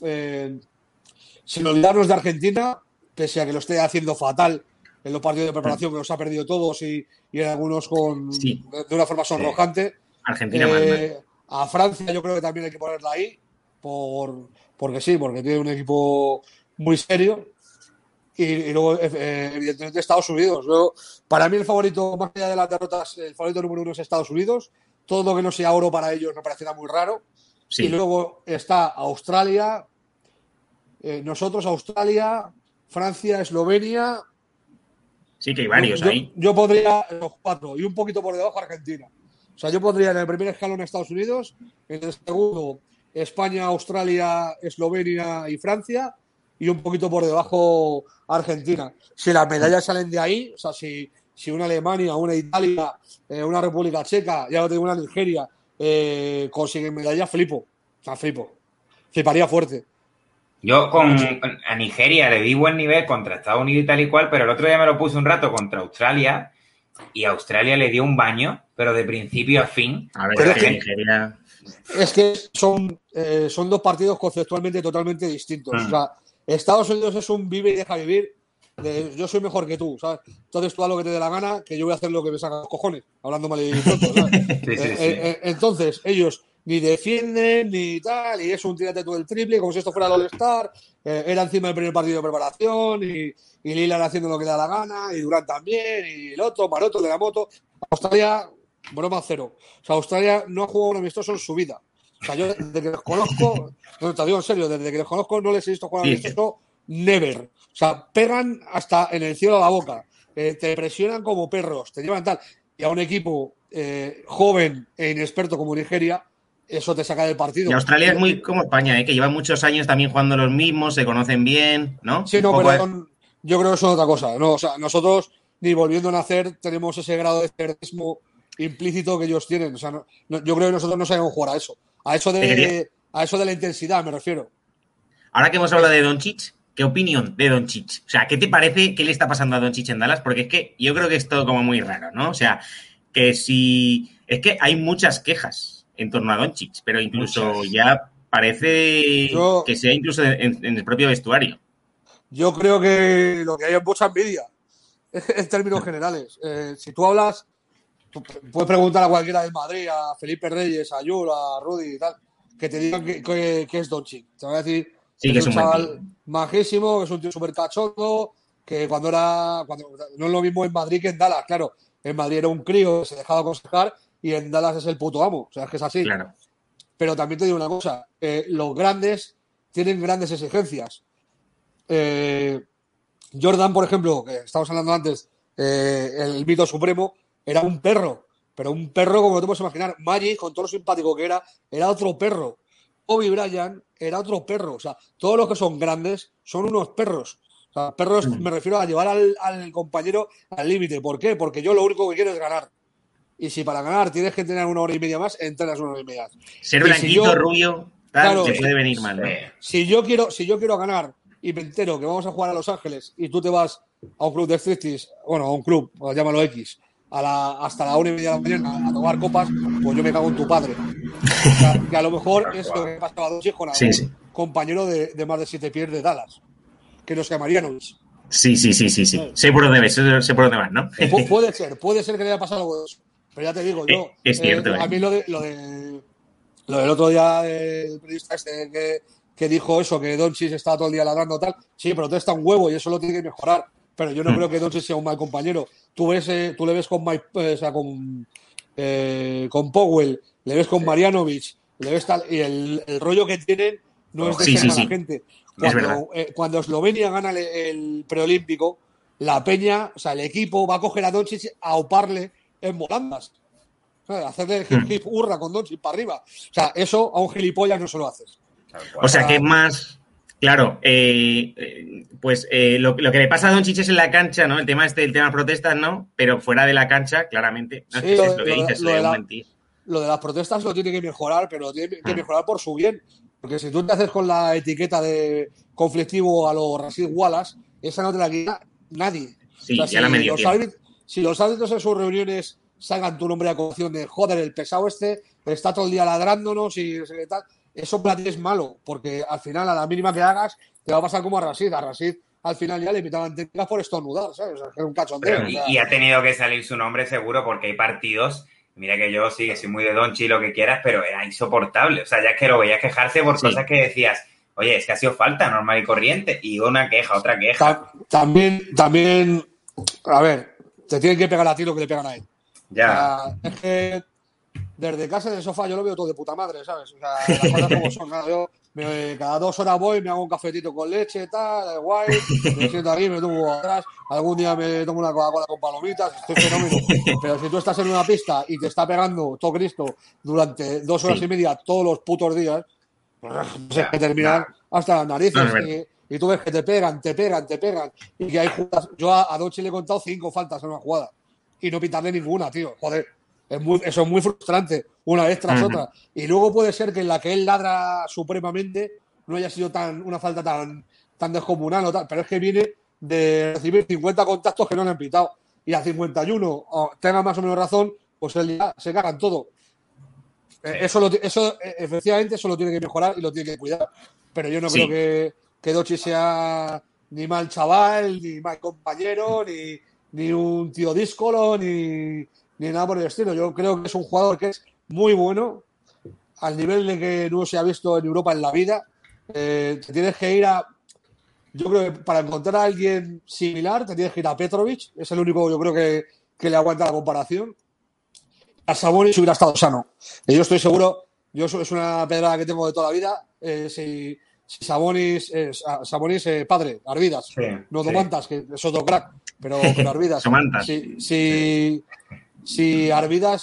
Sin olvidarnos de Argentina, pese a que lo esté haciendo fatal en los partidos de preparación, que los ha perdido todos y en algunos de una forma sonrojante. Argentina mal. A Francia yo creo que también hay que ponerla ahí, porque tiene un equipo muy serio. Y luego, evidentemente, Estados Unidos. Para mí el favorito, más allá de las derrotas, el favorito número 1 es Estados Unidos. Todo lo que no sea oro para ellos me parecerá muy raro. Sí. Y luego está Australia, nosotros, Australia, Francia, Eslovenia. Sí, que hay varios ahí. Yo podría los 4 y un poquito por debajo Argentina. O sea, yo pondría en el primer escalón Estados Unidos, en el segundo España, Australia, Eslovenia y Francia, y un poquito por debajo Argentina. Si las medallas salen de ahí, o sea, si una Alemania, una Italia, una República Checa, ya lo tengo, una Nigeria, consiguen medallas, flipo. O sea, fliparía fuerte. Yo a Nigeria le di buen nivel contra Estados Unidos y tal y cual, pero el otro día me lo puse un rato contra Australia y Australia le dio un baño, pero de principio a fin. A ver, Pero es que Nigeria... Es que son dos partidos conceptualmente totalmente distintos. O sea, Estados Unidos es un vive y deja vivir. Yo soy mejor que tú, ¿sabes? Entonces tú haz lo que te dé la gana, que yo voy a hacer lo que me saca los cojones, hablando mal y pronto, ¿sabes? Sí. Entonces, ellos ni defienden ni tal, y es un tírate todo el triple, como si esto fuera el All-Star. Era encima del primer partido de preparación, y Lillard haciendo lo que le da la gana, y Durant también, y el otro, Maroto de la moto. Australia, broma cero. O sea, Australia no ha jugado un amistoso en su vida. O sea, yo desde que los conozco, no te digo en serio, desde que los conozco no les he visto jugar un amistoso, never. O sea, pegan hasta en el cielo a la boca, te presionan como perros, te llevan tal. Y a un equipo joven e inexperto como Nigeria, eso te saca del partido. Y Australia es muy como España, que lleva muchos años también jugando los mismos, se conocen bien, ¿no? Sí, no, pero yo creo que eso es otra cosa. ¿No? O sea, nosotros, ni volviendo a nacer, tenemos ese grado de cerdismo implícito que ellos tienen. O sea, yo creo que nosotros no sabemos jugar a eso. A eso de la intensidad, me refiero. Ahora que hemos hablado de Doncic, ¿qué opinión de Doncic? O sea, ¿qué te parece que le está pasando a Doncic en Dallas? Porque es que yo creo que es todo como muy raro, ¿no? O sea, que si... Es que hay muchas quejas en torno a Doncic, pero incluso ya parece que sea incluso en el propio vestuario. Yo creo que lo que hay es mucha envidia, en términos generales. Si tú hablas, tú puedes preguntar a cualquiera del Madrid, a Felipe Reyes, a Yul, a Rudy y tal, que te digan que es Doncic. Te van a decir que es un chaval majísimo, que es un tío súper cachondo, que cuando no es lo mismo en Madrid que en Dallas, claro. En Madrid era un crío que se dejaba aconsejar y en Dallas es el puto amo. O sea, es que es así. Claro. Pero también te digo una cosa, los grandes tienen grandes exigencias. Jordan, por ejemplo, que estábamos hablando antes, el mito supremo, era un perro, pero un perro como te puedes imaginar. Magic, con todo lo simpático que era otro perro. Kobe Bryant era otro perro. O sea, todos los que son grandes son unos perros. O sea, perros me refiero a llevar al compañero al límite. ¿Por qué? Porque yo lo único que quiero es ganar. Y si para ganar tienes que tener 1 hora y media más, entrenas 1 hora y media. Ser blanquito, rubio, tal, claro, te puede venir mal, ¿no? Si yo quiero ganar y me entero que vamos a jugar a Los Ángeles y tú te vas a un club de striptease, bueno, a un club, llámalo X, hasta la 1:30 de la mañana a tomar copas, pues yo me cago en tu padre. O sea, que a lo mejor es lo que pasaba a Doncic con algún compañero de más de 7 pies de Dallas, que no se llamaría Marianovic. Sí. Sé por dónde vas, ¿no? Puede ser que le haya pasado algo de eso. Pero ya te digo, yo. Es cierto. A mí lo del otro día del periodista que dijo eso, que Doncic estaba todo el día ladrando tal. Sí, protesta un huevo y eso lo tiene que mejorar. Pero yo no creo que Doncic sea un mal compañero. Tú le ves con con Powell, le ves con Marianovic, le ves tal. Y el rollo que tienen no es de ser mala gente. Cuando Eslovenia gana el preolímpico, la peña, o sea, el equipo va a coger a Doncic a auparle en volandas. O sea, hacerle hip hurra con Doncic para arriba. O sea, eso a un gilipollas no se lo haces. O sea, que es más... Claro, lo que le pasa a Doncic es en la cancha, ¿no? El tema protestas, ¿no? Pero fuera de la cancha, claramente. No, sí, es lo que dices, lo de las protestas lo tiene que mejorar, pero lo tiene que mejorar por su bien. Porque si tú te haces con la etiqueta de conflictivo a los Rasheed Wallace, esa no te la quita nadie. Sí, o sea, ya si los árbitros en sus reuniones salgan tu nombre a colación de joder, el pesado está todo el día ladrándonos y tal, eso para ti es malo, porque al final a la mínima que hagas te va a pasar como a Rasheed. A Rasheed al final ya le pitaban técnicas por estornudar, ¿sabes? O sea, es un cachondeo. Pero, y ha tenido que salir su nombre seguro porque hay partidos, mira que yo sí, que soy muy de Doncic, lo que quieras, pero era insoportable. O sea, ya es que lo veías quejarse por cosas que decías, oye, es que ha sido falta normal y corriente, y una queja, otra queja. También, a ver, te tienen que pegar a ti lo que le pegan a él. Ya. O sea, es que desde casa del sofá yo lo veo todo de puta madre, ¿sabes? O sea, las cosas como son. Claro, cada 2 horas voy, me hago un cafetito con leche, tal, guay, me siento aquí, me tomo atrás, algún día me tomo una Coca-Cola con palomitas, estoy fenómeno. Pero si tú estás en una pista y te está pegando todo Cristo durante 2 horas y media todos los putos días, pues hay que terminar hasta las narices. Y tú ves que te pegan, y que hay jugadas. Yo a Doncic le he contado 5 faltas en una jugada y no pitarle ninguna, tío. Joder, eso es muy frustrante, una vez tras otra. Y luego puede ser que en la que él ladra supremamente no haya sido una falta tan descomunal o tal, pero es que viene de recibir 50 contactos que no le han pitado. y a 51 tenga más o menos razón, pues él ya se caga en todo. Efectivamente, eso lo tiene que mejorar y lo tiene que cuidar. Pero yo no creo que Dochi sea ni mal chaval, ni mal compañero, ni un tío díscolo, ni nada por el estilo. Yo creo que es un jugador que es muy bueno, al nivel de que no se ha visto en Europa en la vida. Te tienes que ir yo creo que para encontrar a alguien similar te tienes que ir a Petrovic. Es el único, yo creo que le aguanta la comparación. A Sabonis hubiera estado sano. Y yo estoy seguro, es una pedrada que tengo de toda la vida. Si Sabonis, padre, Arvidas, no Domantas, que es otro crack, pero Arvidas. Si Arvidas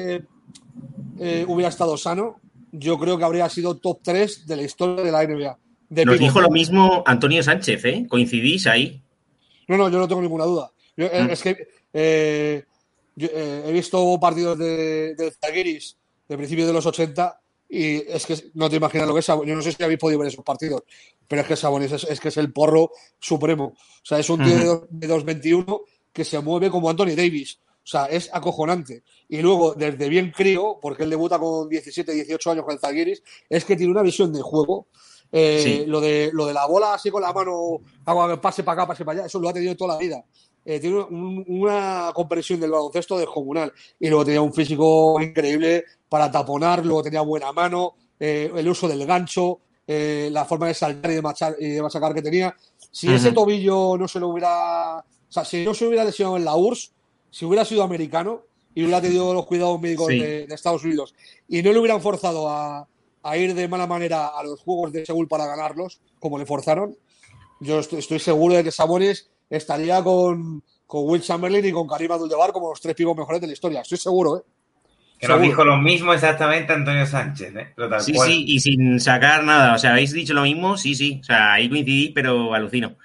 hubiera estado sano, yo creo que habría sido top 3 de la historia de la NBA. Nos dijo lo mismo Antonio Sánchez, ¿eh? ¿Coincidís ahí? No, yo no tengo ninguna duda. Es que he visto partidos de Zalgiris de principios de los 80 y es que no te imaginas lo que es Sabonis. Yo no sé si habéis podido ver esos partidos, pero es que Sabonis es que es el porro supremo. O sea, es un tío de 2'21 que se mueve como Anthony Davis. O sea, es acojonante. Y luego, desde bien crío, porque él debuta con 17, 18 años con el Zalgiris, es que tiene una visión de juego. Lo de la bola así con la mano, pase para acá, pase para allá, eso lo ha tenido toda la vida. Tiene una comprensión del baloncesto descomunal. Y luego tenía un físico increíble para taponar, luego tenía buena mano, el uso del gancho, la forma de saltar y de machacar que tenía. Si ese tobillo no se lo hubiera... O sea, si no se hubiera lesionado en la URSS, si hubiera sido americano y hubiera tenido los cuidados médicos de Estados Unidos y no le hubieran forzado a ir de mala manera a los Juegos de Seúl para ganarlos, como le forzaron, yo estoy seguro de que Sabonis estaría con Will Chamberlain y con Karim Abdul-Jabbar como los 3 pibos mejores de la historia. Estoy seguro, ¿eh? Que nos dijo lo mismo exactamente Antonio Sánchez, ¿eh? Pero tal cual. Sí, y sin sacar nada. O sea, ¿habéis dicho lo mismo? Sí. O sea, ahí coincidí, pero alucino.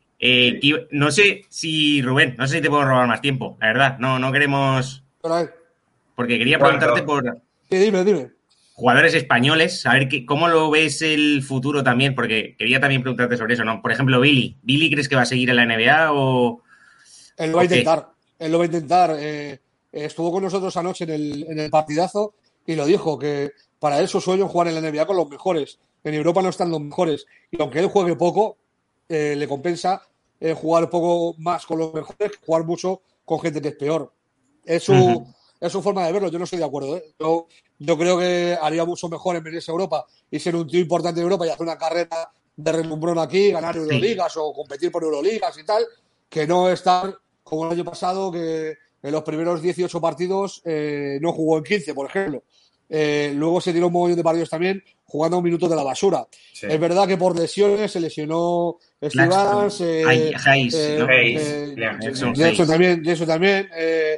No sé si, Rubén, no sé si te puedo robar más tiempo, la verdad. No queremos... Porque quería preguntarte por... Sí, dime. Jugadores españoles, a ver cómo lo ves el futuro también, porque quería también preguntarte sobre eso, ¿no? Por ejemplo, Billy. ¿Billy crees que va a seguir en la NBA o...? Él lo va a intentar. Estuvo con nosotros anoche en el partidazo y lo dijo, que para él su sueño es jugar en la NBA con los mejores. En Europa no están los mejores. Y aunque él juegue poco, le compensa jugar poco más con los mejores que jugar mucho con gente que es peor. Es su forma de verlo. Yo no estoy de acuerdo, ¿eh? Yo creo que haría mucho mejor en venirse a Europa y ser un tío importante en Europa y hacer una carrera de relumbrón aquí, ganar Euroligas o competir por Euroligas y tal, que no estar como el año pasado, que en los primeros 18 partidos no jugó en 15, por ejemplo. Luego se tiró un montón de partidos también jugando un minuto de la basura. Sí. Es verdad que por lesiones se lesionó Steve Adams, Jason también.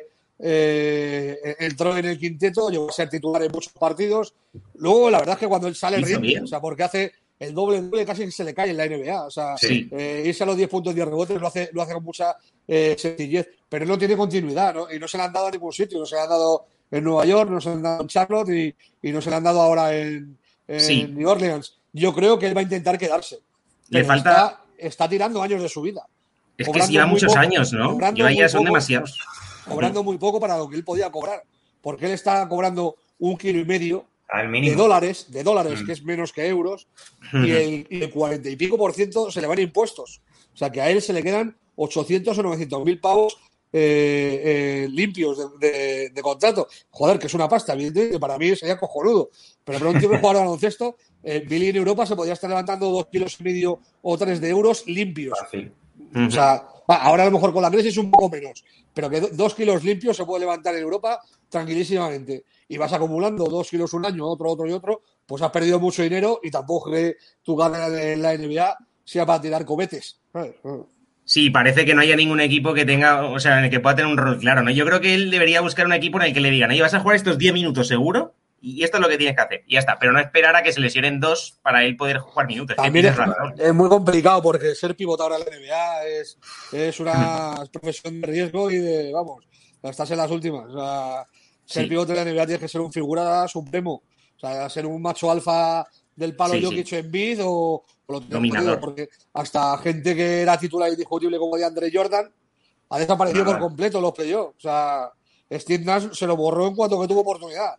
Entró en el quinteto, llegó a ser titular en muchos partidos. Luego, la verdad es que cuando él sale rinde, o sea, porque hace el doble casi que se le cae en la NBA. O sea, irse a los 10 puntos, 10 rebotes lo hace con mucha sencillez, pero no tiene continuidad, ¿no? Y no se le han dado a ningún sitio, no se le han dado en Nueva York, no se le han dado en Charlotte y no se le han dado ahora en New Orleans. Yo creo que él va a intentar quedarse. Le falta... Está tirando años de su vida. Es que lleva muchos años, ¿no? Ya son demasiados. Cobrando muy poco para lo que él podía cobrar. Porque él está cobrando 1,5 kilos de dólares, que es menos que euros, y el 40 y pico % se le van impuestos. O sea que a él se le quedan 800 o 900 mil pavos limpios de contrato. Joder, que es una pasta, evidentemente, para mí sería cojonudo. Pero para un tío que juega al baloncesto, Billy en Europa se podría estar levantando 2,5 kilos o 3 de euros limpios. O sea, ahora a lo mejor con la crisis un poco menos, pero que 2 kilos limpios se puede levantar en Europa tranquilísimamente. Y vas acumulando 2 kilos un año, otro y otro, pues has perdido mucho dinero y tampoco que tu carrera en la NBA sea para tirar cohetes. Sí, parece que no haya ningún equipo que tenga, o sea, en el que pueda tener un rol claro, ¿no? Yo creo que él debería buscar un equipo en el que le digan, oye, vas a jugar estos 10 minutos seguro y esto es lo que tienes que hacer. Y ya está, pero no esperar a que se lesionen 2 para él poder jugar minutos. También es muy complicado porque ser pivotador en la NBA es una profesión de riesgo y de, vamos, estás en las últimas. O sea, ser pivote en la NBA tienes que ser un figura supremo. O sea, ser un macho alfa del palo Jokic en Embiid o lo dominador, porque hasta gente que era titular indiscutible como de Andre Jordan ha desaparecido por completo los playoffs. O sea, Steve Nash se lo borró en cuanto que tuvo oportunidad.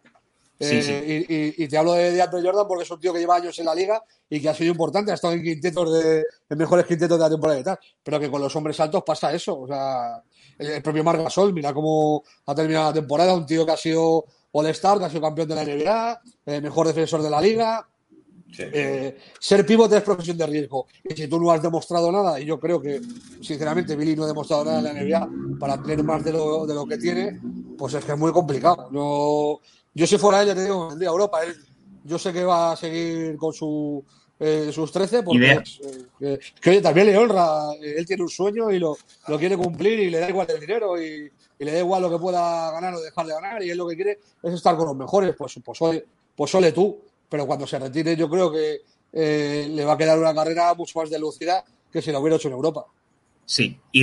Y te hablo de DeAndre Jordan porque es un tío que lleva años en la liga y que ha sido importante, ha estado en mejores quintetos de la temporada y tal, pero que con los hombres altos pasa eso. O sea, el propio Marc Gasol, mira cómo ha terminado la temporada, un tío que ha sido All-Star, que ha sido campeón de la NBA, mejor defensor de la liga. Sí. Ser pívot es profesión de riesgo, y si tú no has demostrado nada, y yo creo que sinceramente Billy no ha demostrado nada en la NBA para tener más de lo que tiene, pues es que es muy complicado. Yo si fuera él, ya te digo, vendría a Europa. Yo sé que va a seguir con sus 13 porque que oye, también le honra. Él tiene un sueño y lo quiere cumplir y le da igual el dinero y le da igual lo que pueda ganar o dejar de ganar, y él lo que quiere es estar con los mejores. Pues ole tú. Pero cuando se retire yo creo que le va a quedar una carrera mucho más de lucida que si lo hubiera hecho en Europa. Sí, y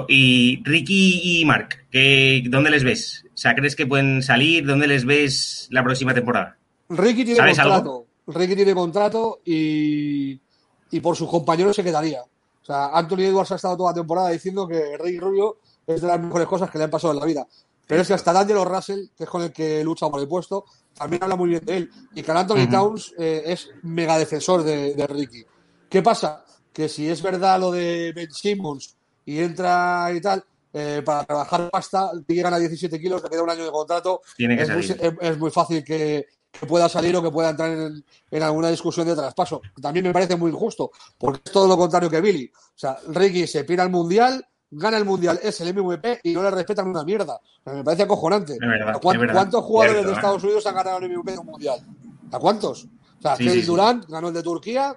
Ricky y Marc, ¿dónde les ves? O sea, ¿crees que pueden salir? ¿Dónde les ves la próxima temporada? Ricky tiene contrato. Ricky tiene contrato y por sus compañeros se quedaría. O sea, Anthony Edwards ha estado toda la temporada diciendo que Ricky Rubio es de las mejores cosas que le han pasado en la vida. Pero es que hasta D'Angelo Russell, que es con el que lucha por el puesto, también habla muy bien de él. Y Karl Anthony Towns es mega defensor de Ricky. ¿Qué pasa? Que si es verdad lo de Ben Simmons y entra y tal, para trabajar pasta, llegan a 17 kilos, le queda un año de contrato, es muy fácil que pueda salir o que pueda entrar en alguna discusión de traspaso. También me parece muy injusto, porque es todo lo contrario que Billy. O sea, Ricky se pira al Mundial, gana el Mundial, es el MVP y no le respetan una mierda. O sea, me parece acojonante. ¿Cuántos jugadores de Estados Unidos han ganado el MVP de un Mundial? ¿A cuántos? O sea, Kevin Durant ganó el de Turquía,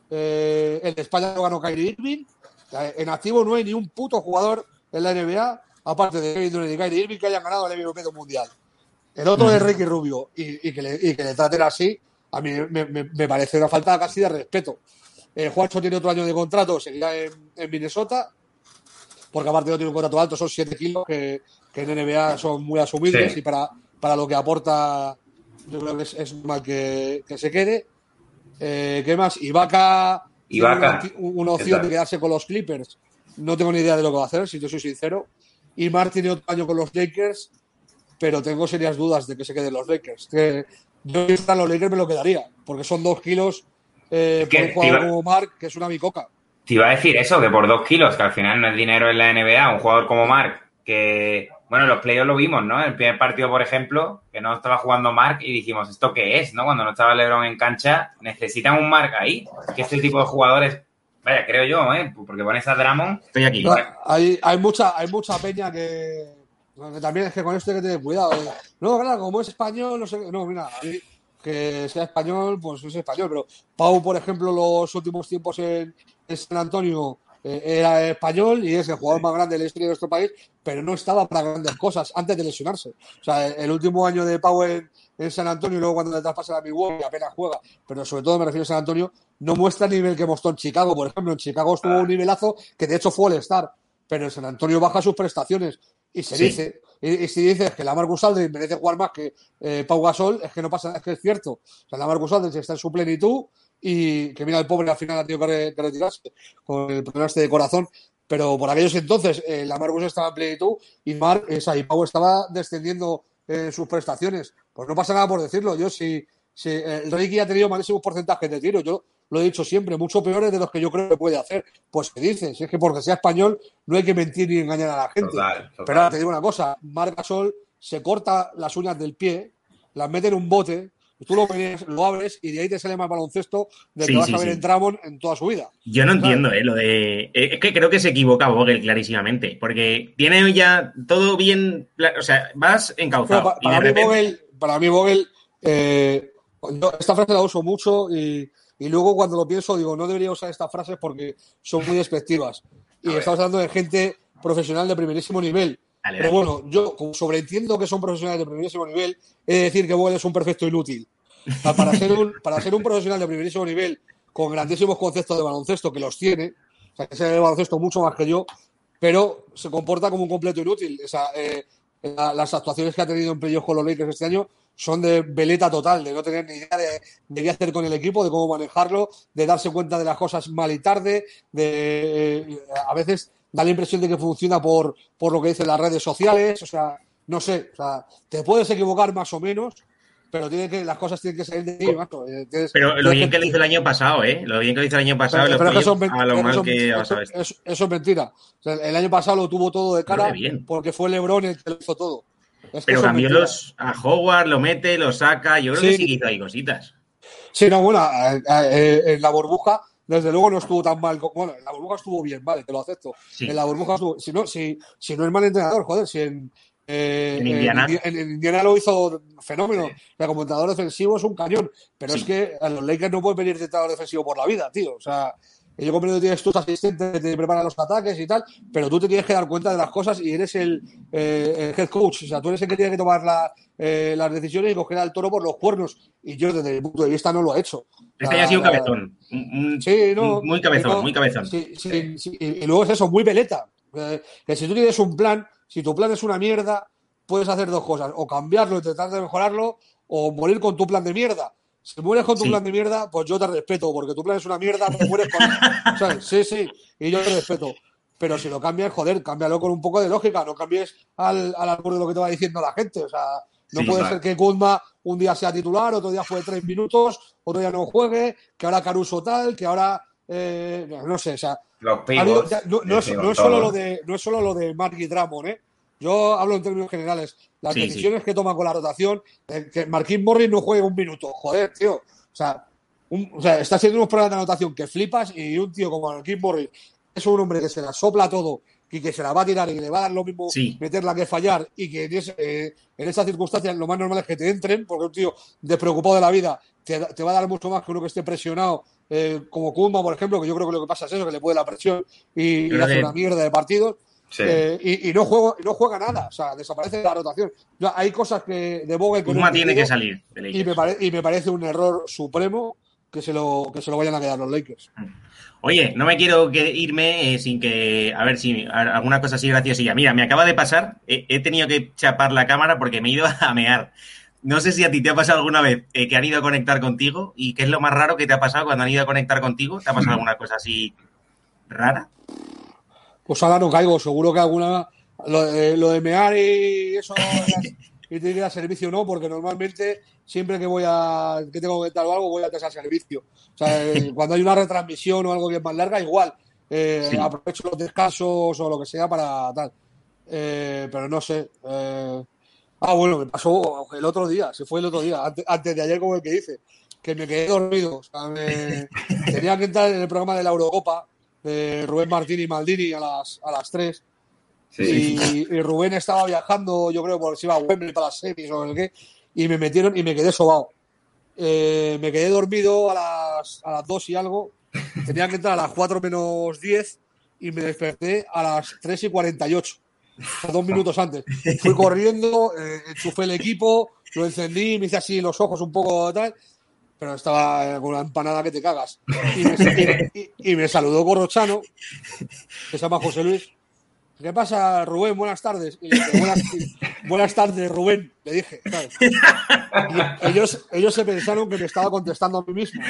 el de España lo ganó Kyrie Irving. En activo no hay ni un puto jugador en la NBA, aparte de Kevin Durant y Kyrie Irving, que hayan ganado el MVP de un Mundial. El otro es Ricky Rubio, y que le traten así, a mí me parece una falta casi de respeto. Juancho tiene otro año de contrato, seguirá en Minnesota, porque aparte no tiene un contrato alto, son 7 kilos que en NBA son muy asumibles, y para lo que aporta yo creo que es mal que se quede. ¿Qué más? Ibaka tiene una opción de quedarse con los Clippers. No tengo ni idea de lo que va a hacer, si yo soy sincero. Y Mark tiene otro año con los Lakers, pero tengo serias dudas de que se queden los Lakers. Que yo si están los Lakers me lo quedaría, porque son 2 kilos por un jugador como Mark, que es una bicoca. Te iba a decir eso, que por 2 kilos, que al final no es dinero en la NBA, un jugador como Mark, que, bueno, los playoffs lo vimos, ¿no? El primer partido, por ejemplo, que no estaba jugando Mark y dijimos, ¿esto qué es, no? Cuando no estaba LeBron en cancha, necesitan un Mark ahí, que este tipo de jugadores, vaya, creo yo, porque pones a Drummond... Estoy aquí. No, hay mucha peña que también es que con esto hay que tener cuidado. No, claro, como es español, no sé, no, mira, a mí, que sea español, pues es español, pero Pau, por ejemplo, los últimos tiempos en San Antonio era español y es el jugador más grande de la historia de nuestro país, pero no estaba para grandes cosas antes de lesionarse. O sea, el último año de Pau en San Antonio y luego cuando le traspasan a Milwaukee apenas juega, pero sobre todo me refiero a San Antonio, no muestra el nivel que mostró en Chicago. Por ejemplo, en Chicago estuvo un nivelazo que de hecho fue All-Star, pero en San Antonio baja sus prestaciones y se dice, y si dices que LaMarcus Aldridge merece jugar más que Pau Gasol, es que no pasa, es que es cierto. O sea, LaMarcus Aldridge está en su plenitud y que mira, el pobre al final ha tenido que retirarse con el problema de corazón, pero por aquellos entonces LaMarcus estaba en plenitud y Pau estaba descendiendo en sus prestaciones. Pues no pasa nada por decirlo. Yo si el Ricky ha tenido malísimos porcentajes de tiro, yo lo he dicho siempre, mucho peores de los que yo creo que puede hacer. Pues se dice, si es que porque sea español no hay que mentir ni engañar a la gente. Total. Pero ahora te digo una cosa, Marc Gasol se corta las uñas del pie, las mete en un bote, tú lo abres y de ahí te sale más baloncesto de que vas a ver en Drummond en toda su vida. Yo no entiendo, lo de... es que creo que se equivoca Vogel clarísimamente, porque tiene ya todo bien... O sea, vas encauzado. Para mí Vogel esta frase la uso mucho y luego cuando lo pienso digo, no debería usar estas frases porque son muy despectivas. Y estamos hablando de gente profesional de primerísimo nivel. Pero bueno, yo como sobreentiendo que son profesionales de primerísimo nivel, he de decir que Vogel es un perfecto inútil. O sea, para ser un profesional de primerísimo nivel con grandísimos conceptos de baloncesto, que los tiene, o sea, que sabe de baloncesto mucho más que yo, pero se comporta como un completo inútil. O sea, las actuaciones que ha tenido en playoff con los Lakers este año son de veleta total, de no tener ni idea de qué hacer con el equipo, de cómo manejarlo, de darse cuenta de las cosas mal y tarde, a veces da la impresión de que funciona por lo que dicen las redes sociales, o sea, no sé, o sea, te puedes equivocar más o menos, pero las cosas tienen que salir de ti, macho. Pero lo bien que lo hizo el año pasado, ¿eh? Lo bien que lo hizo el año pasado, pero lo es que fue a lo mal que ha pasado esto. eso es mentira. O sea, el año pasado lo tuvo todo de cara Bien. porque fue LeBron el que lo hizo todo. Pero cambió a Howard, lo mete, lo saca. Yo creo que sí que hizo ahí cositas. Sí, no, bueno, en la burbuja, desde luego no estuvo tan mal. Bueno, en la burbuja estuvo bien, vale, te lo acepto. Sí. En la burbuja estuvo. Si no es mal entrenador, joder, si en Indiana lo hizo fenómeno. Sí. El comentador defensivo es un cañón. Pero es que a los Lakers no pueden venir de entrenador defensivo por la vida, tío. O sea, yo comprendo que tienes tus asistentes que te preparan los ataques y tal, pero tú te tienes que dar cuenta de las cosas y eres el head coach. O sea, tú eres el que tiene que tomar las decisiones y coger al toro por los cuernos. Y yo, desde mi punto de vista, no lo he hecho. Este ya ha sido un cabezón. Sí, no. Muy cabezón, muy cabezón. Sí, y luego es eso, muy veleta. Que si tú tienes un plan, si tu plan es una mierda, puedes hacer dos cosas. O cambiarlo y tratar de mejorarlo, o morir con tu plan de mierda. Si mueres con tu plan de mierda, pues yo te respeto, porque tu plan es una mierda, te mueres con... ¿Sabes? Sí, y yo te respeto. Pero si lo cambias, joder, cámbialo con un poco de lógica, no cambies al albur de lo que te va diciendo la gente. O sea, no puede ser que Kuzma un día sea titular, otro día juegue 3 minutos, otro día no juegue, que ahora Caruso tal, que ahora... no sé, o sea... Los pivots, no es solo lo de Mark y Drummond, ¿eh? Yo hablo en términos generales. Las decisiones que toma con la rotación, que Marquise Morris no juegue un minuto. Joder, tío. O sea, está haciendo unos problemas de anotación que flipas y un tío como Marquise Morris es un hombre que se la sopla todo y que se la va a tirar y que le va a dar lo mismo meterla que fallar y que en esas circunstancias lo más normal es que te entren porque un tío despreocupado de la vida te va a dar mucho más que uno que esté presionado como Kuzma, por ejemplo, que yo creo que lo que pasa es eso, que le puede la presión y hace una mierda de partidos. Sí. Y no juega nada, o sea, desaparece de la rotación. Hay cosas que de Vogel que Kuzma tiene que salir y me parece un error supremo que se lo vayan a quedar los Lakers. Oye, no me quiero irme sin que, a ver si alguna cosa así graciosilla. Mira, me acaba de pasar, he tenido que chapar la cámara porque me he ido a mear. No sé si a ti te ha pasado alguna vez que han ido a conectar contigo y qué es lo más raro que te ha pasado cuando han ido a conectar contigo. ¿Te ha pasado alguna cosa así rara? Pues ahora no caigo, seguro que alguna... Lo de mear y eso y tiene que ir a servicio no, porque normalmente siempre que tengo que dar algo voy a hacer servicio. O sea, cuando hay una retransmisión o algo que es más larga, igual. Aprovecho los descansos o lo que sea para tal. Pero no sé. Bueno, me pasó el otro día, antes de ayer como el que hice, que me quedé dormido. O sea, tenía que entrar en el programa de la Eurocopa de Rubén Martín y Maldini a las 3. Sí. Y Rubén estaba viajando, yo creo, porque se iba a Wembley para las semis o el qué, y me metieron y me quedé sobao. Me quedé dormido a las 2 y algo. Tenía que entrar a las 4 menos 10 y me desperté a las 3 y 48. O sea, 2 minutos antes. Fui corriendo, enchufé el equipo, lo encendí, me hice así los ojos un poco tal, pero estaba con una empanada que te cagas. Y me saludó Corrochano, que se llama José Luis. ¿Qué pasa, Rubén? Buenas tardes. Y le dije, buenas tardes, Rubén, le dije. ¿Sabes? Y ellos se pensaron que me estaba contestando a mí mismo.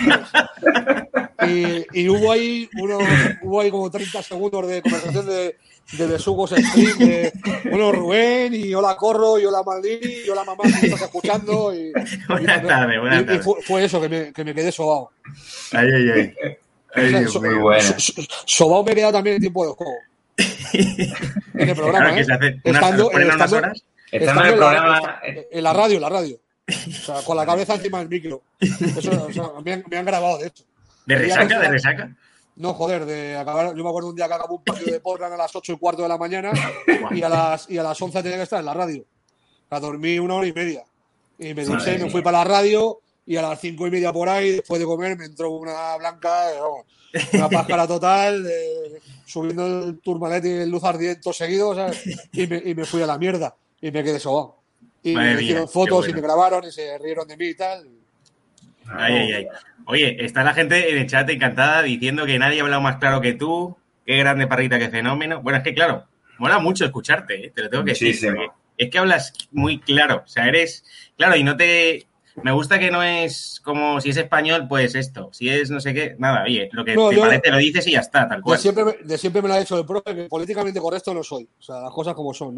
Y hubo ahí como 30 segundos de conversación de besugos stream, bueno, Rubén, y hola Corro, y hola Maldini, y hola mamá, que me estás escuchando. Buenas tardes. Y fue eso, que me quedé sobao. Ay. Muy bueno. Sobao me he quedado también en tiempo de juego. En el programa, estando en el programa. En la radio. O sea, con la cabeza encima del micro. Eso, o sea, me han grabado, de hecho. ¿De resaca? No, joder, de acabar. Yo me acuerdo un día que acabó un partido de Portland a las 8:15 de la mañana y a las 11 tenía que estar en la radio. O sea, dormí 1 hora y media. Y me duché y me fui para la radio y a las 5:30 por ahí, después de comer, me entró una blanca, una páscara total, subiendo el Tourmalet y el Luz Ardiente seguidos, ¿sabes? Y me fui a la mierda y me quedé sobao. Y me hicieron fotos y me grabaron y se rieron de mí y tal. Ay. Oye, está la gente en el chat encantada diciendo que nadie ha hablado más claro que tú. Qué grande Parrita, qué fenómeno. Bueno, es que claro, mola mucho escucharte, te lo tengo que decir. Es que hablas muy claro. O sea, eres... Claro, y no te... Me gusta que no es como si es español, pues esto. Si es no sé qué, nada, oye, lo que No, te yo- parece lo dices y ya está, tal cual. De siempre me lo ha dicho el profe, que políticamente correcto no soy. O sea, las cosas como son.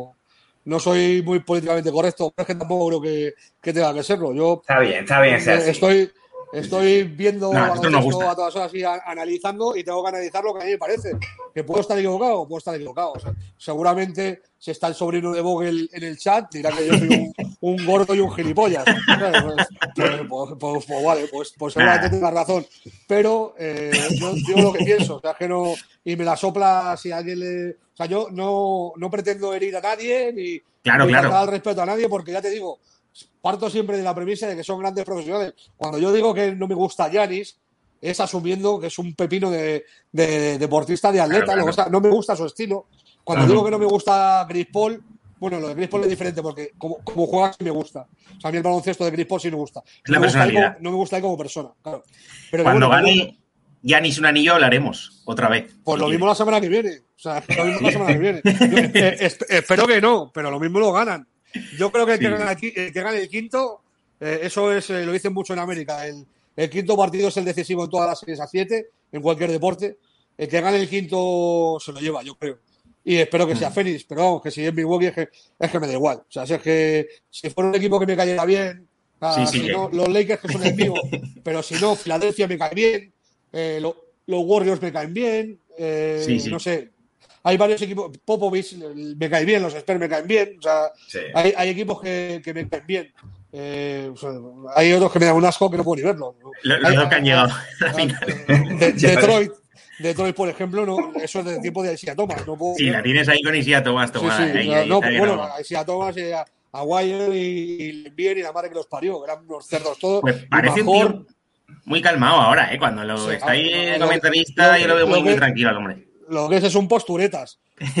No soy muy políticamente correcto, pero es que tampoco creo que tenga que serlo. Yo Está bien ser así. estoy viendo No, esto nos baloncesto gusta. a todas horas y analizando, y tengo que analizar lo que a mí me parece. Que puedo estar equivocado, puedo estar equivocado. O sea, seguramente si está el sobrino de Vogel en el chat, dirá que yo soy un gordo y un gilipollas. ¿Sabes? Pues vale, pues seguramente Nah, tenga razón. Pero yo digo lo que pienso, o sea, que no. Y me la sopla si alguien le. O sea, yo no pretendo herir a nadie claro, ni faltar claro. al respeto a nadie, porque ya te digo, parto siempre de la premisa de que son grandes profesionales. Cuando yo digo que no me gusta Giannis, es asumiendo que es un pepino de deportista, de Claro, atleta. claro. No me gusta su estilo. Cuando digo que no me gusta Chris Paul, bueno, lo de Chris Paul es diferente porque como juega sí me gusta. O sea, a mí el baloncesto de Chris Paul sí me gusta. Es la personalidad. No me gusta él como persona, claro. Pero que Cuando bueno, gane Giannis un anillo hablaremos otra vez. pues Si lo mismo quieres. la semana que viene. O sea, lo mismo la semana que viene. Yo, espero que no, pero lo mismo lo ganan. Yo creo que Sí. el que gane el quinto, eso es, lo dicen mucho en América. El quinto partido es el decisivo en todas las series a 7, en cualquier deporte. El que gane el quinto se lo lleva, yo creo. Y espero que sea Phoenix, pero vamos, que si es Milwaukee es que me da igual. O sea, si es que si fuera un equipo que me cayera bien, Sí, sí. si no, los Lakers que son enemigos, pero si no, Filadelfia me cae bien, los Warriors me caen bien, Sí, no sí. sé. Hay varios equipos, Popovich me cae bien, los Spurs me caen bien, o sea, Sí. hay equipos que me caen bien. O sea, hay otros que me dan un asco que no puedo ni verlo. Los dos que han llegado a la final. Detroit, por ejemplo, no, eso es del tiempo de Isaiah Thomas, no puedo Sí, la verlo. tienes ahí con Isia Thomas Sí, tomada. sí, Ahí no, está pues que bueno, no. a Isaiah Thomas, a Wire y bien y la madre que los parió, eran unos cerdos todos, Pues y parece un mejor. tío muy calmado ahora, ¿eh? Cuando Sí, está ahí el lo, comentarista, yo lo lo, veo muy, lo muy que, tranquilo al hombre. lo que es un posturetas.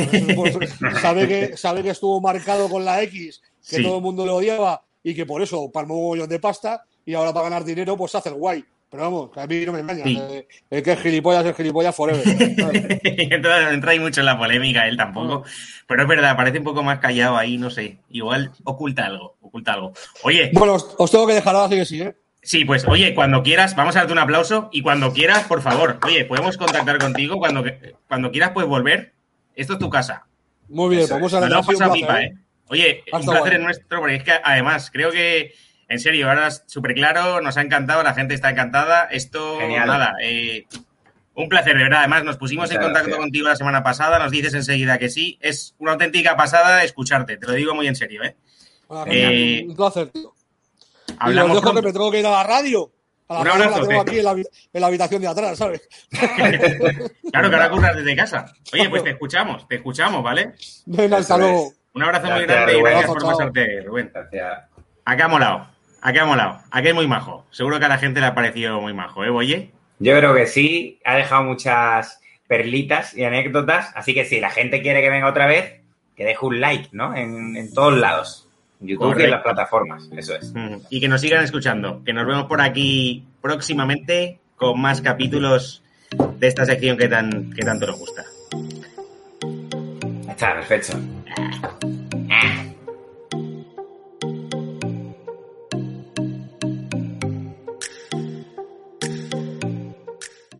Sabe que estuvo marcado con la X, que todo el Sí. mundo le odiaba y que por eso palmó un mogollón de pasta y ahora para ganar dinero pues hace el guay. Pero vamos, que a mí no me engañan. Sí. El que es gilipollas forever. ¿Sabes? entra ahí mucho en la polémica él tampoco. Pero es verdad, parece un poco más callado ahí, no sé. Igual oculta algo, oculta algo. Oye, Bueno, os tengo que dejar ahora, así que sí, ¿eh? sí, pues oye, cuando quieras, vamos a darte un aplauso y cuando quieras, por favor, oye, podemos contactar contigo cuando quieras puedes volver. Esto es tu casa. Muy bien, Eso pues es. muchas Nos lo gracias. Ha hemos sido un pasado placer, pipa, ¿eh? ¿eh? Oye, un Hasta placer guay. es nuestro, porque es que además creo que, en serio, ahora es súper claro, nos ha encantado, la gente está encantada. Esto, Genial. nada, un placer, de verdad. Además, nos pusimos Muchas en contacto gracias. contigo la semana pasada, nos dices enseguida que sí. Es una auténtica pasada escucharte, te lo digo muy en serio, ¿eh? Bueno, Eh, un placer, tío. Y os hablamos dejo que pronto. me tengo que ir a la radio. A la Un radio que la abrazo. tengo aquí en la habitación de atrás, ¿sabes? Claro que ahora curras desde casa. Oye, pues te escuchamos, ¿vale? Venga, hasta Eso luego. es. Un abrazo muy Gracias, grande y Rubén. gracias Abrazo, por chao. pasarte, Rubén. Gracias. Acá ha molado, aquí es muy majo. Seguro que a la gente le ha parecido muy majo, ¿eh, Boye? Yo creo que sí, ha dejado muchas perlitas y anécdotas, así que si la gente quiere que venga otra vez, que deje un like, ¿no? En todos lados, en YouTube y en las Correcto. plataformas, eso es. Y que nos sigan escuchando, que nos vemos por aquí próximamente con más capítulos de esta sección que tanto nos gusta. Está, perfecto.